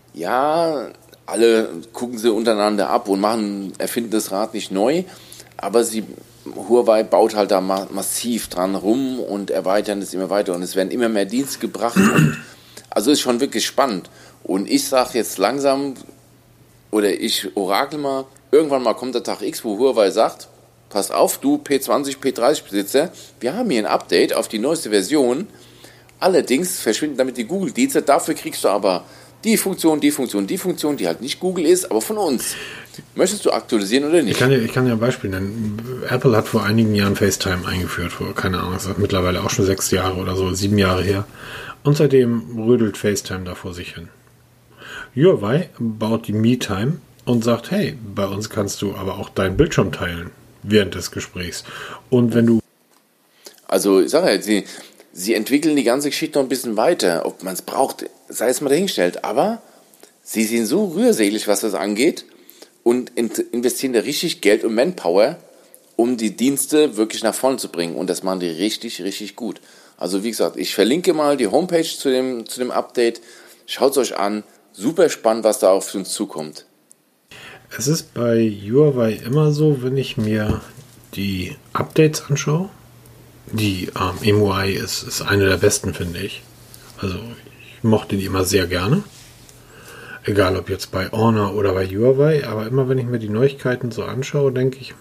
alle gucken sie untereinander ab und erfinden das Rad nicht neu, aber Huawei baut halt da massiv dran rum und erweitern es immer weiter und es werden immer mehr Dienste gebracht. Also ist schon wirklich spannend. Und ich sage jetzt langsam, oder ich orakel mal, irgendwann mal kommt der Tag X, wo Huawei sagt, pass auf, du P20, P30 Besitzer, wir haben hier ein Update auf die neueste Version, allerdings verschwinden damit die Google-Dienste, dafür kriegst du aber die Funktion, die halt nicht Google ist, aber von uns. Möchtest du aktualisieren oder nicht? Ich kann ja ein Beispiel nennen. Apple hat vor einigen Jahren FaceTime eingeführt, keine Ahnung, das ist mittlerweile auch schon 6 Jahre oder so, 7 Jahre her. Und seitdem rödelt FaceTime da vor sich hin. Huawei baut die MeTime und sagt, hey, bei uns kannst du aber auch deinen Bildschirm teilen während des Gesprächs. Und wenn du... Also, ich sage ja, sie entwickeln die ganze Geschichte noch ein bisschen weiter. Ob man es braucht, sei es mal dahingestellt. Aber sie sind so rührselig, was das angeht und investieren da richtig Geld und Manpower, um die Dienste wirklich nach vorne zu bringen. Und das machen die richtig, richtig gut. Also wie gesagt, ich verlinke mal die Homepage zu dem Update. Schaut es euch an. Super spannend, was da auf uns zukommt. Es ist bei Huawei immer so, wenn ich mir die Updates anschaue, die MUI ist eine der besten, finde ich. Also ich mochte die immer sehr gerne. Egal ob jetzt bei Honor oder bei Huawei, aber immer wenn ich mir die Neuigkeiten so anschaue, denke ich,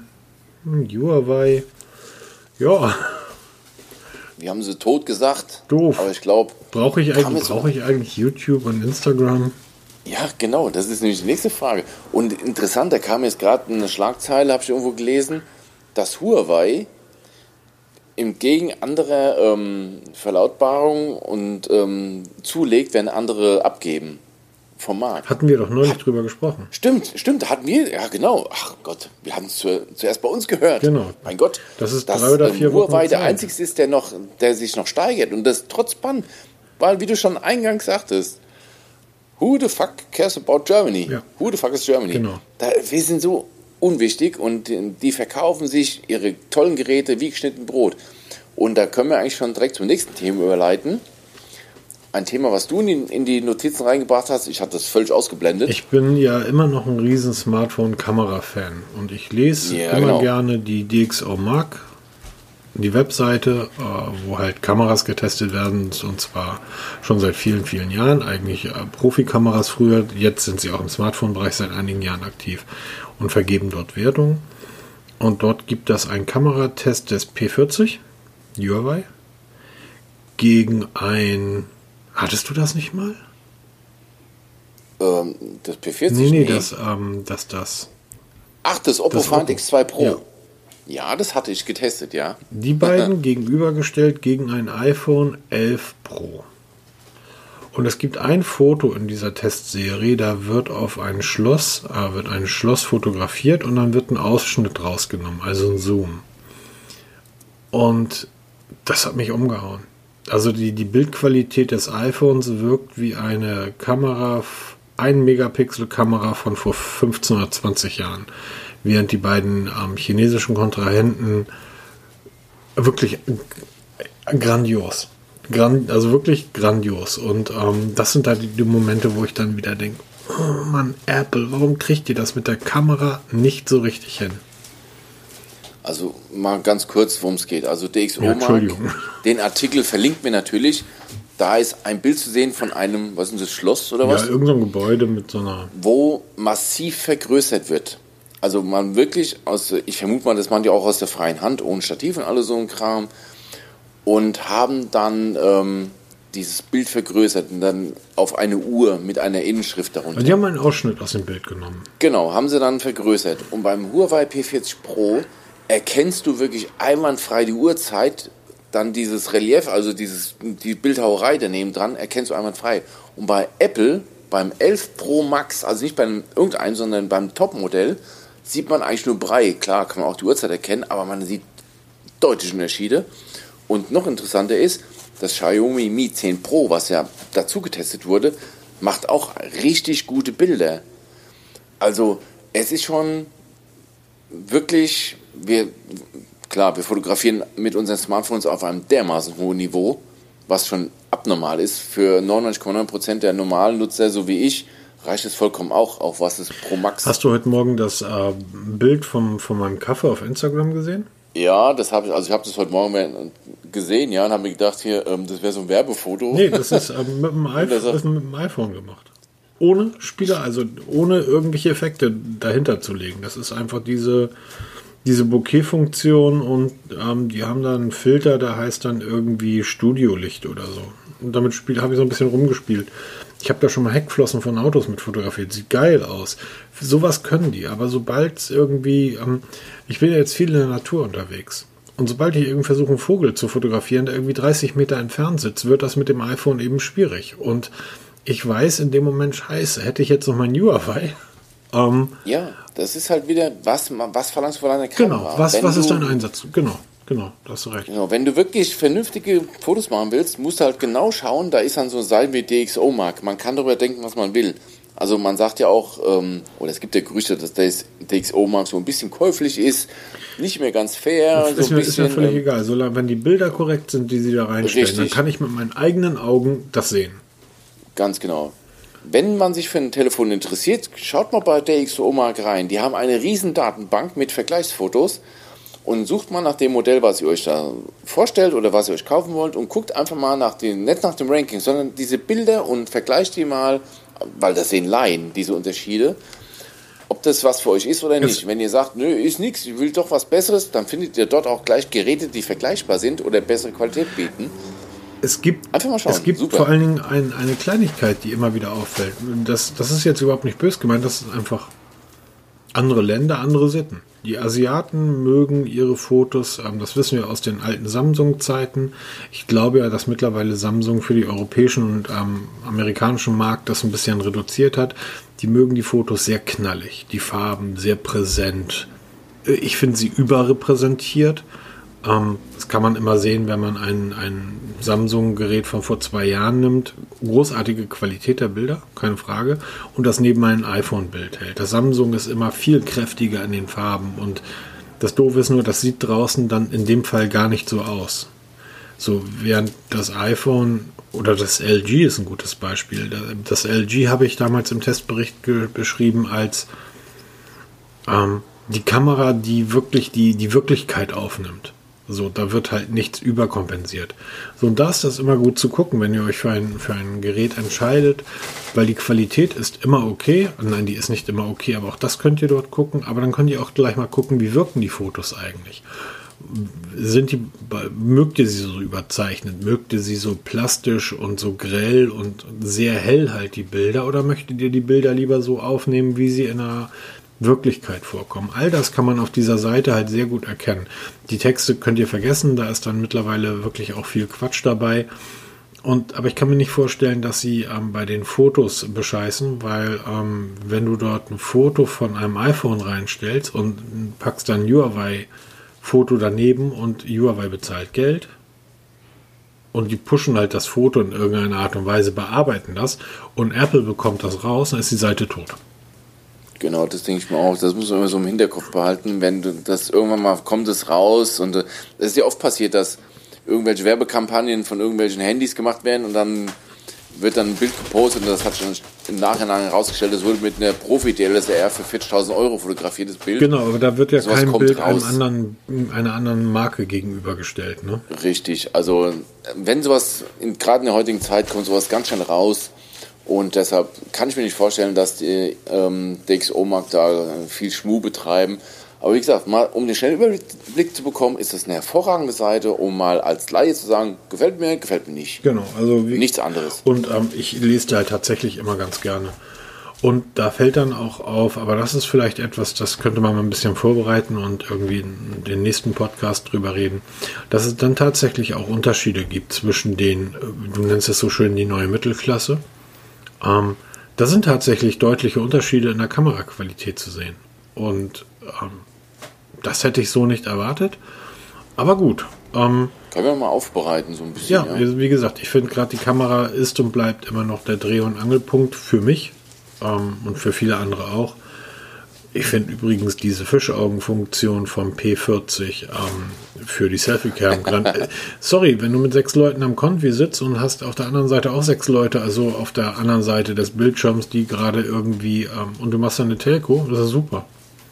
Huawei, ja. Wir haben sie tot gesagt. Doof. Aber ich glaube... Brauche ich eigentlich YouTube und Instagram? Ja, genau. Das ist nämlich die nächste Frage. Und interessant, da kam jetzt gerade eine Schlagzeile, habe ich irgendwo gelesen, dass Huawei entgegen anderer Verlautbarungen und zulegt, wenn andere abgeben vom Markt. Hatten wir doch neulich drüber gesprochen. Stimmt, hatten wir, ja genau. Ach Gott, wir haben es zuerst bei uns gehört. Genau. Mein Gott, das ist 3 oder 4 Wochen Huawei der einzige ist, der sich noch steigert und das trotz Bann, weil wie du schon eingangs sagtest, who the fuck cares about Germany? Ja. Who the fuck is Germany? Genau. Wir sind so unwichtig und die verkaufen sich ihre tollen Geräte wie geschnitten Brot. Und da können wir eigentlich schon direkt zum nächsten Thema überleiten. Ein Thema, was du in die Notizen reingebracht hast, ich hatte das völlig ausgeblendet. Ich bin ja immer noch ein riesen Smartphone-Kamera-Fan und ich lese immer gerne die DxO Mark, die Webseite, wo halt Kameras getestet werden, und zwar schon seit vielen, vielen Jahren, eigentlich Profikameras früher, jetzt sind sie auch im Smartphone-Bereich seit einigen Jahren aktiv und vergeben dort Wertungen. Und dort gibt es einen Kameratest des P40, Huawei, gegen ein... Hattest du das nicht mal? Das P40? Nee, das. Ach, das Oppo das Find Oppo. X2 Pro. Ja. Ja, das hatte ich getestet, ja. Die beiden gegenübergestellt gegen ein iPhone 11 Pro. Und es gibt ein Foto in dieser Testserie, da wird auf ein Schloss fotografiert und dann wird ein Ausschnitt rausgenommen, also ein Zoom. Und Das hat mich umgehauen. Also die Bildqualität des iPhones wirkt wie eine Kamera, 1 Megapixel Kamera von vor 15 oder 20 Jahren. Während die beiden chinesischen Kontrahenten wirklich grandios. Also wirklich grandios. Und das sind da die Momente, wo ich dann wieder denke, oh Mann, Apple, warum kriegt ihr das mit der Kamera nicht so richtig hin? Also mal ganz kurz, worum es geht. Also DxO Ja, Mark, den Artikel verlinkt mir natürlich. Da ist ein Bild zu sehen von einem, was ist das, Schloss oder was? Ja, irgend so ein Gebäude mit so einer... Wo massiv vergrößert wird. Also man wirklich, ich vermute mal, das machen die auch aus der freien Hand, ohne Stativ und alles so ein Kram. Und haben dann dieses Bild vergrößert und dann auf eine Uhr mit einer Inschrift darunter. Die haben einen Ausschnitt aus dem Bild genommen. Genau, haben sie dann vergrößert. Und beim Huawei P40 Pro erkennst du wirklich einwandfrei die Uhrzeit, dann dieses Relief, also die Bildhauerei daneben dran, erkennst du einwandfrei. Und bei Apple, beim 11 Pro Max, also nicht beim irgendeinem, sondern beim Top-Modell, sieht man eigentlich nur Brei. Klar, kann man auch die Uhrzeit erkennen, aber man sieht deutliche Unterschiede. Und noch interessanter ist, das Xiaomi Mi 10 Pro, was ja dazu getestet wurde, macht auch richtig gute Bilder. Also es ist schon wirklich, wir fotografieren mit unseren Smartphones auf einem dermaßen hohen Niveau, was schon abnormal ist. Für 99,9% der normalen Nutzer, so wie ich, reicht es vollkommen auch, was ist Pro Max. Hast du heute Morgen das Bild von meinem Kaffee auf Instagram gesehen? Ja, das habe ich, also ich habe das heute Morgen gesehen, ja, und habe mir gedacht, hier, das wäre so ein Werbefoto. Nee, das ist mit dem iPhone gemacht. Ohne Spieler, also ohne irgendwelche Effekte dahinter zu legen. Das ist einfach diese Bokeh-Funktion und die haben da einen Filter, der heißt dann irgendwie Studiolicht oder so. Und damit habe ich so ein bisschen rumgespielt. Ich habe da schon mal Heckflossen von Autos mit fotografiert. Sieht geil aus. Sowas können die. Aber sobald es irgendwie... ich bin ja jetzt viel in der Natur unterwegs. Und sobald ich irgendwie versuche, einen Vogel zu fotografieren, der irgendwie 30 Meter entfernt sitzt, wird das mit dem iPhone eben schwierig. Und ich weiß in dem Moment, scheiße, hätte ich jetzt noch mein Huawei... ja, das ist halt wieder, was verlangst du von deiner Kamera? Genau, was ist dein Einsatz? Genau, da hast du recht. Genau, wenn du wirklich vernünftige Fotos machen willst, musst du halt genau schauen, da ist dann so eine Seite wie DxO Mark. Man kann darüber denken, was man will. Also man sagt ja auch, oder es gibt ja Gerüchte, dass das DxO Mark so ein bisschen käuflich ist, nicht mehr ganz fair. Ist mir völlig egal, solange wenn die Bilder korrekt sind, die sie da reinstellen, richtig, dann kann ich mit meinen eigenen Augen das sehen. Ganz genau. Wenn man sich für ein Telefon interessiert, schaut mal bei DxO Mark rein. Die haben eine riesen Datenbank mit Vergleichsfotos und sucht mal nach dem Modell, was ihr euch da vorstellt oder was ihr euch kaufen wollt und guckt einfach mal nicht nach dem Ranking, sondern diese Bilder und vergleicht die mal, weil das sehen Laien, diese Unterschiede, ob das was für euch ist oder nicht. Wenn ihr sagt, nö, ist nichts, ich will doch was Besseres, dann findet ihr dort auch gleich Geräte, die vergleichbar sind oder bessere Qualität bieten. Es gibt Super. Vor allen Dingen eine Kleinigkeit, die immer wieder auffällt. Das ist jetzt überhaupt nicht böse gemeint, das ist einfach andere Länder, andere Sitten. Die Asiaten mögen ihre Fotos, das wissen wir aus den alten Samsung-Zeiten. Ich glaube ja, dass mittlerweile Samsung für die europäischen und amerikanischen Markt das ein bisschen reduziert hat. Die mögen die Fotos sehr knallig, die Farben sehr präsent. Ich finde sie überrepräsentiert. Das kann man immer sehen, wenn man ein Samsung-Gerät von vor 2 Jahren nimmt. Großartige Qualität der Bilder, keine Frage. Und das neben ein iPhone-Bild hält. Das Samsung ist immer viel kräftiger in den Farben. Und das Doofe ist nur, das sieht draußen dann in dem Fall gar nicht so aus. So, während das iPhone oder das LG ist ein gutes Beispiel. Das LG habe ich damals im Testbericht beschrieben als die Kamera, die wirklich die Wirklichkeit aufnimmt. So, da wird halt nichts überkompensiert. So, und da ist das immer gut zu gucken, wenn ihr euch für ein Gerät entscheidet, weil die Qualität ist immer okay. Nein, die ist nicht immer okay, aber auch das könnt ihr dort gucken. Aber dann könnt ihr auch gleich mal gucken, wie wirken die Fotos eigentlich. Mögt ihr sie so überzeichnet? Mögt ihr sie so plastisch und so grell und sehr hell halt die Bilder? Oder möchtet ihr die Bilder lieber so aufnehmen, wie sie in einer Wirklichkeit vorkommen? All das kann man auf dieser Seite halt sehr gut erkennen. Die Texte könnt ihr vergessen, da ist dann mittlerweile wirklich auch viel Quatsch dabei. Aber ich kann mir nicht vorstellen, dass sie bei den Fotos bescheißen, weil wenn du dort ein Foto von einem iPhone reinstellst und packst dann Huawei-Foto daneben und Huawei bezahlt Geld, und die pushen halt das Foto in irgendeiner Art und Weise, bearbeiten das und Apple bekommt das raus, dann ist die Seite tot. Genau, das denke ich mir auch. Das muss man immer so im Hinterkopf behalten, wenn das irgendwann mal kommt es raus und es ist ja oft passiert, dass irgendwelche Werbekampagnen von irgendwelchen Handys gemacht werden und dann wird dann ein Bild gepostet und das hat schon im Nachhinein herausgestellt, das wurde mit einer Profi-DSLR für 40.000 Euro fotografiert, das Bild. Genau, aber da wird ja Sowas kein kommt Bild raus. einer anderen Marke gegenübergestellt, ne? Richtig, also wenn sowas, gerade in der heutigen Zeit kommt sowas ganz schnell raus und deshalb kann ich mir nicht vorstellen, dass die DxO-Mark da viel Schmuh betreiben. Aber wie gesagt, mal um den schnellen Überblick zu bekommen, ist das eine hervorragende Seite, um mal als Laie zu sagen, gefällt mir nicht. Genau, also nichts anderes. Und ich lese da halt tatsächlich immer ganz gerne. Und da fällt dann auch auf, aber das ist vielleicht etwas, das könnte man mal ein bisschen vorbereiten und irgendwie in den nächsten Podcast drüber reden, dass es dann tatsächlich auch Unterschiede gibt zwischen den, du nennst es so schön, die neue Mittelklasse. Da sind tatsächlich deutliche Unterschiede in der Kameraqualität zu sehen. Und das hätte ich so nicht erwartet. Aber gut. Können wir mal aufbereiten, so ein bisschen. Ja, wie gesagt, ich finde gerade die Kamera ist und bleibt immer noch der Dreh- und Angelpunkt für mich und für viele andere auch. Ich finde übrigens diese Fischaugenfunktion vom P40 für die Selfie-Cam. Sorry, wenn du mit 6 Leuten am Konvi sitzt und hast auf der anderen Seite auch 6 Leute, also auf der anderen Seite des Bildschirms, die gerade irgendwie und du machst dann eine Telco, das ist super.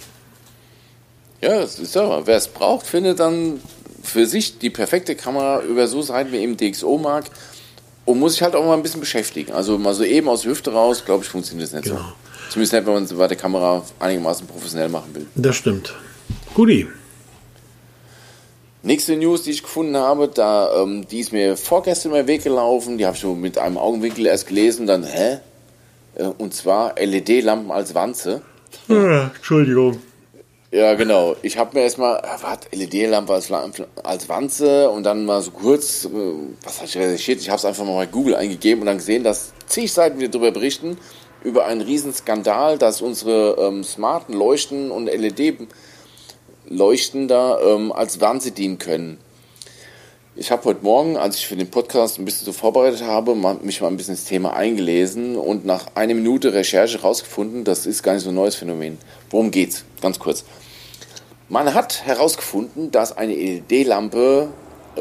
Ja, das ist ja, wer es braucht, findet dann für sich die perfekte Kamera über so Seiten wie eben DxO-Mark und muss sich halt auch mal ein bisschen beschäftigen. Also mal so eben aus der Hüfte raus, glaube ich, funktioniert das nicht so. Zumindest nicht, wenn man es bei der Kamera einigermaßen professionell machen will. Das stimmt. Guti. Nächste News, die ich gefunden habe, die ist mir vorgestern über den Weg gelaufen, die habe ich so mit einem Augenwinkel erst gelesen, dann, und zwar LED-Lampen als Wanze. Entschuldigung. Ja, genau. Ich habe mir erstmal, LED-Lampe als Wanze und dann mal so kurz, was habe ich recherchiert? Ich habe es einfach mal bei Google eingegeben und dann gesehen, dass zig Seiten wieder darüber berichten, über einen riesen Skandal, dass unsere smarten Leuchten und LED-Leuchten da als Wanze dienen können. Ich habe heute Morgen, als ich für den Podcast ein bisschen so vorbereitet habe, mich mal ein bisschen ins Thema eingelesen und nach einer Minute Recherche herausgefunden, das ist gar nicht so ein neues Phänomen. Worum geht's? Ganz kurz. Man hat herausgefunden, dass eine LED-Lampe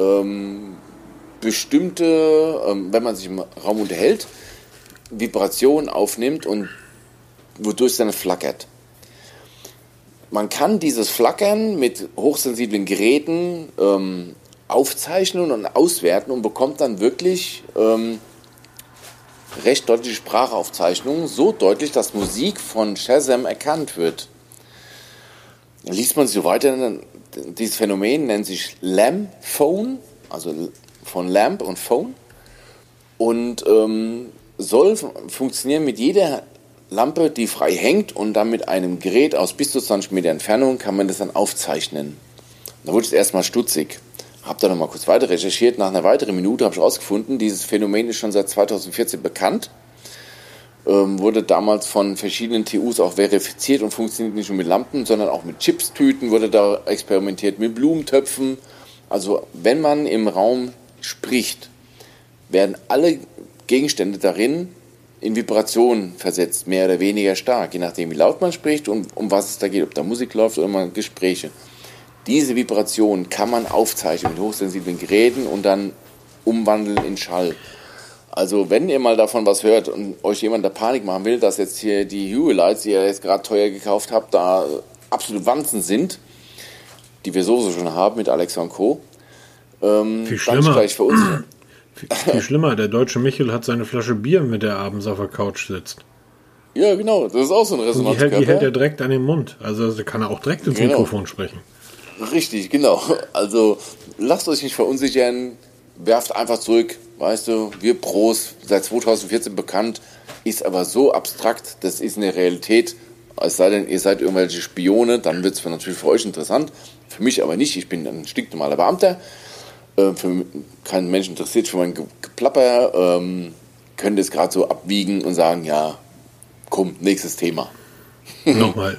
bestimmte, wenn man sich im Raum unterhält, Vibrationen aufnimmt und wodurch es dann flackert. Man kann dieses Flackern mit hochsensiblen Geräten aufzeichnen und auswerten und bekommt dann wirklich recht deutliche Sprachaufzeichnungen, so deutlich, dass Musik von Shazam erkannt wird. Dann liest man sich so weiter, dieses Phänomen nennt sich Lamp-Phone, also von Lamp und Phone, und soll funktionieren mit jeder Lampe, die frei hängt, und dann mit einem Gerät aus bis zu 20 Meter Entfernung kann man das dann aufzeichnen. Da wurde ich erstmal stutzig. Habe da nochmal kurz weiter recherchiert. Nach einer weiteren Minute habe ich herausgefunden, dieses Phänomen ist schon seit 2014 bekannt. Wurde damals von verschiedenen TUs auch verifiziert und funktioniert nicht nur mit Lampen, sondern auch mit Chipstüten wurde da experimentiert, mit Blumentöpfen. Also wenn man im Raum spricht, werden alle Gegenstände darin in Vibrationen versetzt, mehr oder weniger stark, je nachdem wie laut man spricht und um was es da geht, ob da Musik läuft oder mal Gespräche. Diese Vibrationen kann man aufzeichnen mit hochsensiblen Geräten und dann umwandeln in Schall. Also wenn ihr mal davon was hört und euch jemand da Panik machen will, dass jetzt hier die Hue-Lights, die ihr jetzt gerade teuer gekauft habt, da absolute Wanzen sind, die wir sowieso schon haben mit Alexa und Co., viel schlimmer. Gleich für uns. Viel schlimmer, der deutsche Michel hat seine Flasche Bier, mit der er abends auf der Couch sitzt. Ja, genau, das ist auch so ein Resonanzkörper. Die hält er direkt an den Mund, also da kann er auch direkt ins Mikrofon sprechen. Richtig, genau. Also lasst euch nicht verunsichern, werft einfach zurück. Weißt du, wir Pros, seit 2014 bekannt, ist aber so abstrakt, das ist eine Realität. Es sei denn, ihr seid irgendwelche Spione, dann wird es natürlich für euch interessant. Für mich aber nicht, ich bin ein stinknormaler Beamter. Für keinen Menschen interessiert für mein Geplapper. Könnt es gerade so abwiegen und sagen, ja, komm, nächstes Thema. Nochmal,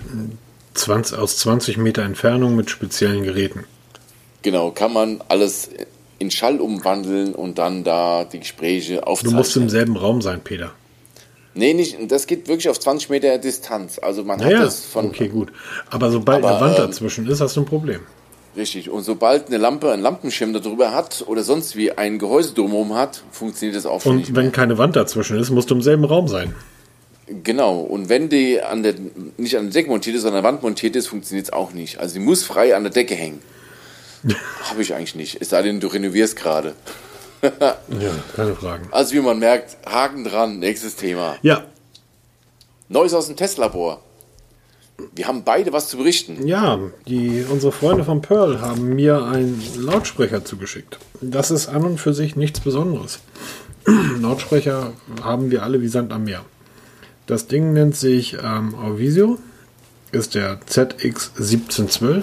aus 20 Meter Entfernung mit speziellen Geräten. Genau, kann man alles in Schall umwandeln und dann da die Gespräche aufzeichnen. Du musst im selben Raum sein, Peter. Nee, nicht, das geht wirklich auf 20 Meter Distanz. Also man hat das von... Okay, gut. Aber sobald eine Wand dazwischen ist, hast du ein Problem. Richtig. Und sobald eine Lampe einen Lampenschirm darüber hat oder sonst wie ein Gehäuse drumherum hat, funktioniert das auch nicht. Und wenn keine Wand dazwischen ist, musst du im selben Raum sein. Genau. Und wenn die nicht an der Decke montiert ist, sondern an der Wand montiert ist, funktioniert es auch nicht. Also sie muss frei an der Decke hängen. Habe ich eigentlich nicht. Es sei denn, du renovierst gerade. Ja, keine Fragen. Also wie man merkt, Haken dran, nächstes Thema. Ja. Neues aus dem Testlabor. Wir haben beide was zu berichten. Ja, unsere Freunde von Pearl haben mir einen Lautsprecher zugeschickt. Das ist an und für sich nichts Besonderes. Lautsprecher haben wir alle wie Sand am Meer. Das Ding nennt sich Auvisio, ist der ZX1712,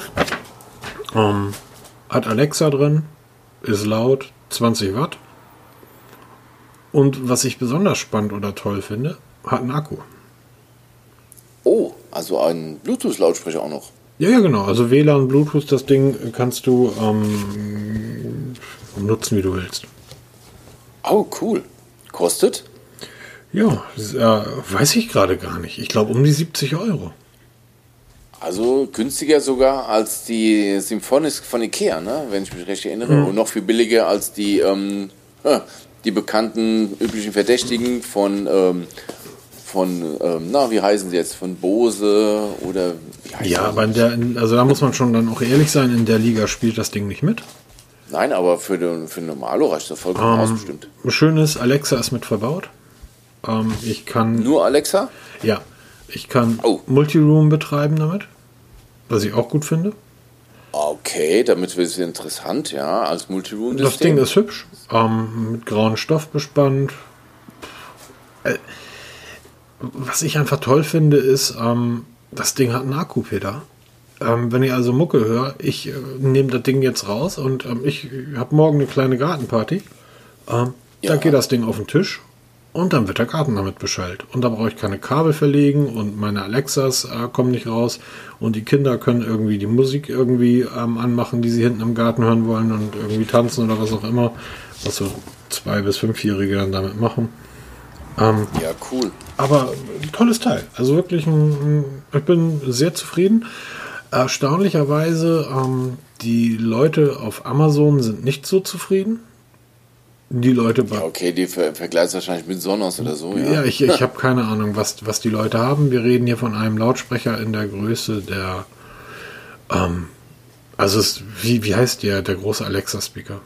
hat Alexa drin, ist laut, 20 Watt. Und was ich besonders spannend oder toll finde, hat einen Akku. Oh, also ein Bluetooth-Lautsprecher auch noch. Ja, genau. Also WLAN, Bluetooth, das Ding kannst du nutzen, wie du willst. Oh, cool. Kostet? Ja, weiß ich gerade gar nicht. Ich glaube um die 70 Euro. Also günstiger sogar als die Symphonisk von Ikea, ne? Wenn ich mich recht erinnere. Und noch viel billiger als die bekannten üblichen Verdächtigen wie heißen sie jetzt? Von Bose oder wie heißt ja, aber da muss man schon dann auch ehrlich sein, in der Liga spielt das Ding nicht mit. Nein, aber für Normalo reicht das vollkommen aus, bestimmt. Schön ist, Alexa ist mit verbaut. Ich kann... Nur Alexa? Ja, ich kann Multiroom betreiben damit, was ich auch gut finde. Okay, damit wird es interessant, ja, als Multiroom-System. Das Ding ist hübsch, mit grauen Stoff bespannt. Was ich einfach toll finde, ist, das Ding hat einen Akku, Peter. Wenn ich also Mucke höre, ich nehme das Ding jetzt raus und ich habe morgen eine kleine Gartenparty. Da geht das Ding auf den Tisch und dann wird der Garten damit beschallt. Und da brauche ich keine Kabel verlegen und meine Alexas kommen nicht raus und die Kinder können irgendwie die Musik irgendwie anmachen, die sie hinten im Garten hören wollen und irgendwie tanzen oder was auch immer, was so 2- bis 5-Jährige dann damit machen. Ja, cool. Aber ein tolles Teil. Also wirklich, ich bin sehr zufrieden. Erstaunlicherweise, die Leute auf Amazon sind nicht so zufrieden. Die Leute Ja, okay, die vergleichst wahrscheinlich mit Sonos oder so, ja. Ja, ich habe keine Ahnung, was die Leute haben. Wir reden hier von einem Lautsprecher in der Größe der, wie heißt der große Alexa-Speaker?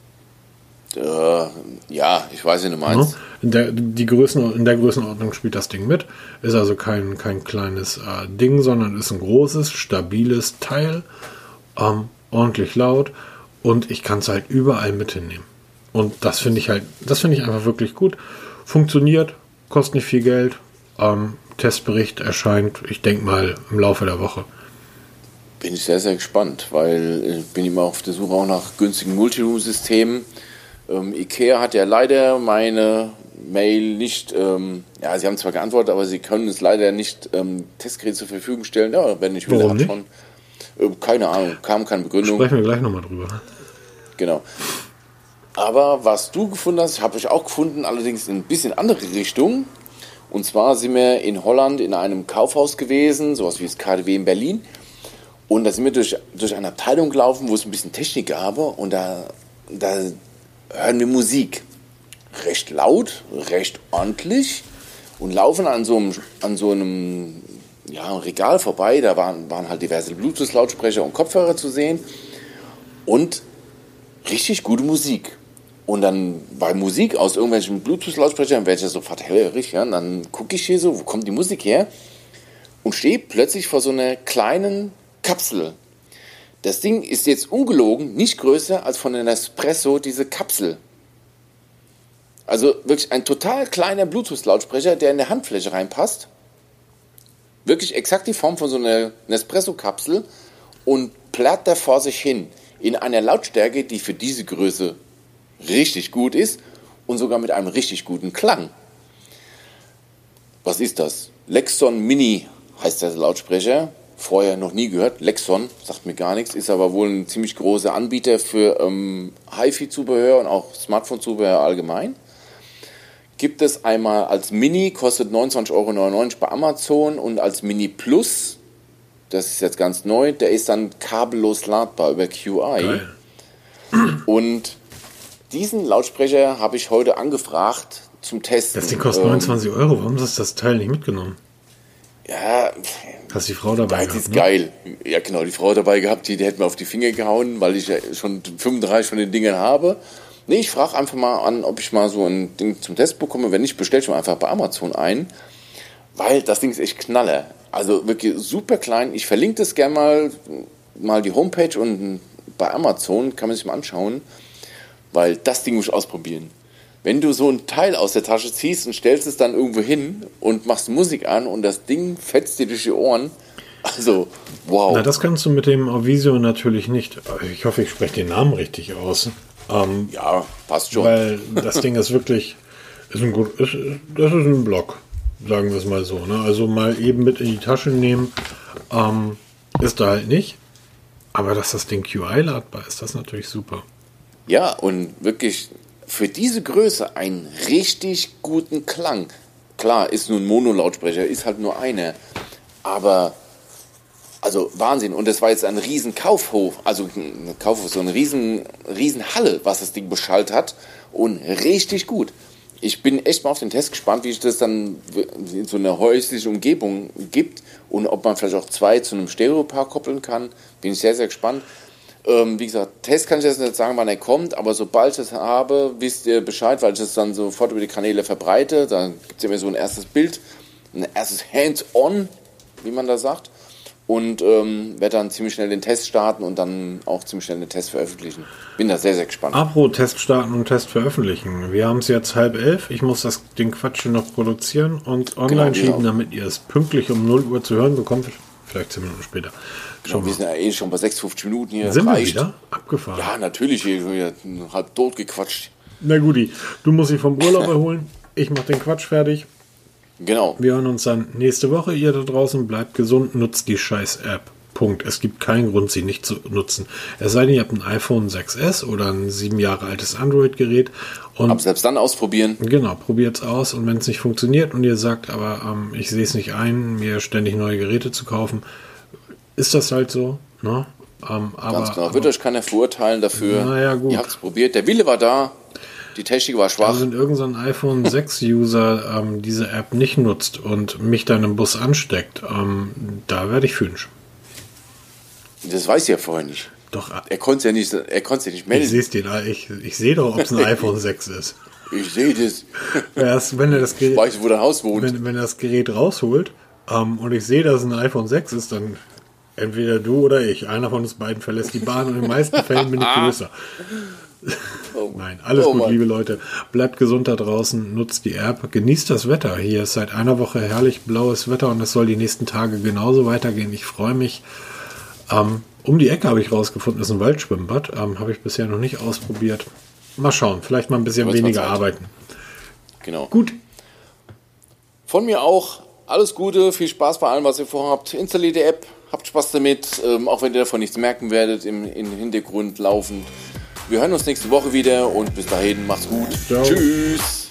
Ja, ich weiß, wie du meinst. In der Größenordnung spielt das Ding mit. Ist also kein kleines Ding, sondern ist ein großes, stabiles Teil. Ordentlich laut. Und ich kann es halt überall mit hinnehmen. Und das finde ich einfach wirklich gut. Funktioniert, kostet nicht viel Geld. Testbericht erscheint, ich denke mal, im Laufe der Woche. Bin ich sehr, sehr gespannt, weil ich bin immer auf der Suche auch nach günstigen Multiroom-Systemen. Ikea hat ja leider meine Mail nicht, sie haben zwar geantwortet, aber sie können es leider nicht Testgeräte zur Verfügung stellen. Ja, wenn ich will, Warum nicht? schon. Keine Ahnung, kam keine Begründung. Sprechen wir gleich nochmal drüber. Genau. Aber was du gefunden hast, habe ich auch gefunden, allerdings in ein bisschen andere Richtung. Und zwar sind wir in Holland in einem Kaufhaus gewesen, sowas wie das KaDeWe in Berlin. Und da sind wir durch eine Abteilung gelaufen, wo es ein bisschen Technik gab. Und da hören wir Musik. Recht laut, recht ordentlich. Und laufen an so einem Regal vorbei. Da waren halt diverse Bluetooth-Lautsprecher und Kopfhörer zu sehen. Und richtig gute Musik. Und dann bei Musik aus irgendwelchen Bluetooth-Lautsprechern werde ich ja sofort hellhörig. Ja? Und dann gucke ich hier so, wo kommt die Musik her? Und stehe plötzlich vor so einer kleinen Kapsel. Das Ding ist jetzt ungelogen nicht größer als von einer Nespresso diese Kapsel. Also wirklich ein total kleiner Bluetooth-Lautsprecher, der in der Handfläche reinpasst. Wirklich exakt die Form von so einer Nespresso-Kapsel und plärrt da vor sich hin. In einer Lautstärke, die für diese Größe richtig gut ist und sogar mit einem richtig guten Klang. Was ist das? Lexon Mini heißt der Lautsprecher. Vorher noch nie gehört. Lexon, sagt mir gar nichts, ist aber wohl ein ziemlich großer Anbieter für HiFi-Zubehör und auch Smartphone-Zubehör allgemein. Gibt es einmal als Mini, kostet 29,99 € bei Amazon, und als Mini Plus, das ist jetzt ganz neu, der ist dann kabellos ladbar über QI. Geil. Und diesen Lautsprecher habe ich heute angefragt zum Testen. Das Ding kostet 29 €. Warum hast du das Teil nicht mitgenommen? Ja, Hast die Frau dabei das gehabt, ist ne? geil. Ja, genau, die Frau dabei gehabt, die hätte mir auf die Finger gehauen, weil ich ja schon 35 von den Dingern habe. Nee, ich frage einfach mal an, ob ich mal so ein Ding zum Test bekomme. Wenn nicht, bestelle ich mir einfach bei Amazon ein, weil das Ding ist echt Knaller. Also wirklich super klein. Ich verlinke das gerne mal die Homepage, und bei Amazon kann man sich mal anschauen, weil das Ding muss ich ausprobieren. Wenn du so ein Teil aus der Tasche ziehst und stellst es dann irgendwo hin und machst Musik an und das Ding fetzt dir durch die Ohren, also wow. Na, das kannst du mit dem Avisio natürlich nicht. Ich hoffe, ich spreche den Namen richtig aus. Ja, passt schon. Weil das Ding ist wirklich, das ist ein Block, sagen wir es mal so. Ne? Also mal eben mit in die Tasche nehmen, ist da halt nicht. Aber dass das Ding QI-ladbar ist, das ist natürlich super. Ja, und wirklich für diese Größe einen richtig guten Klang. Klar, ist nur ein Mono-Lautsprecher, ist halt nur einer. Aber, also Wahnsinn. Und das war jetzt ein riesen Kaufhof, also ein Kaufhof, so eine riesen Halle, was das Ding beschallt hat. Und richtig gut. Ich bin echt mal auf den Test gespannt, wie sich das dann in so einer häuslichen Umgebung gibt und ob man vielleicht auch zwei zu einem Stereopaar koppeln kann. Bin ich sehr, sehr gespannt. Wie gesagt, Test kann ich jetzt nicht sagen, wann er kommt, aber sobald ich das habe, wisst ihr Bescheid, weil ich das dann sofort über die Kanäle verbreite. Da gibt es ja immer so ein erstes Bild, ein erstes Hands-on, wie man da sagt. Und werde dann ziemlich schnell den Test starten und dann auch ziemlich schnell den Test veröffentlichen. Bin da sehr, sehr gespannt. Apropos Test starten und Test veröffentlichen. Wir haben es jetzt 10:30. Ich muss den Quatsch hier noch produzieren und online schieben, damit ihr es pünktlich um 0 Uhr zu hören bekommt. Vielleicht 10 Minuten später. Genau, wir sind ja eh schon bei 56 Minuten hier. Sind wir wieder? Abgefahren. Ja, natürlich. Hier halb tot gequatscht. Na guti, du musst dich vom Urlaub erholen. Ich mach den Quatsch fertig. Genau. Wir hören uns dann nächste Woche. Ihr da draußen bleibt gesund, nutzt die scheiß App. Punkt. Es gibt keinen Grund, sie nicht zu nutzen. Es sei denn, ihr habt ein iPhone 6S oder ein 7 Jahre altes Android-Gerät. Aber selbst dann ausprobieren. Genau, probiert es aus. Und wenn es nicht funktioniert und ihr sagt, aber ich sehe es nicht ein, mir ständig neue Geräte zu kaufen, ist das halt so. Ne? Ganz genau. Wird euch keiner verurteilen dafür. Naja, gut. Ihr habt es probiert. Der Wille war da. Die Technik war schwach. Also wenn irgendein so iPhone 6-User diese App nicht nutzt und mich dann im Bus ansteckt, da werde ich fünsch. Das weiß ich ja vorher nicht. Doch. Er konnte es ja nicht melden. Ich sehe es dir da. Ich sehe doch, ob es ein iPhone 6 ist. Ich sehe das. Wenn er das Gerät, Weiß ich, wo dein Haus wohnt. wenn er das Gerät rausholt und ich sehe, dass es ein iPhone 6 ist, dann entweder du oder ich. Einer von uns beiden verlässt die Bahn und in den meisten Fällen bin ich größer. Nein, alles gut, Mann. liebe Leute. Bleibt gesund da draußen, nutzt die App, genießt das Wetter. Hier ist seit einer Woche herrlich blaues Wetter und es soll die nächsten Tage genauso weitergehen. Ich freue mich. Um die Ecke habe ich rausgefunden, ist ein Waldschwimmbad. Habe ich bisher noch nicht ausprobiert. Mal schauen, vielleicht mal ein bisschen weniger arbeiten. Genau. Gut. Von mir auch alles Gute, viel Spaß bei allem, was ihr vorhabt. Installiert die App, habt Spaß damit, auch wenn ihr davon nichts merken werdet im Hintergrund laufend. Wir hören uns nächste Woche wieder und bis dahin macht's gut. Ciao. Tschüss.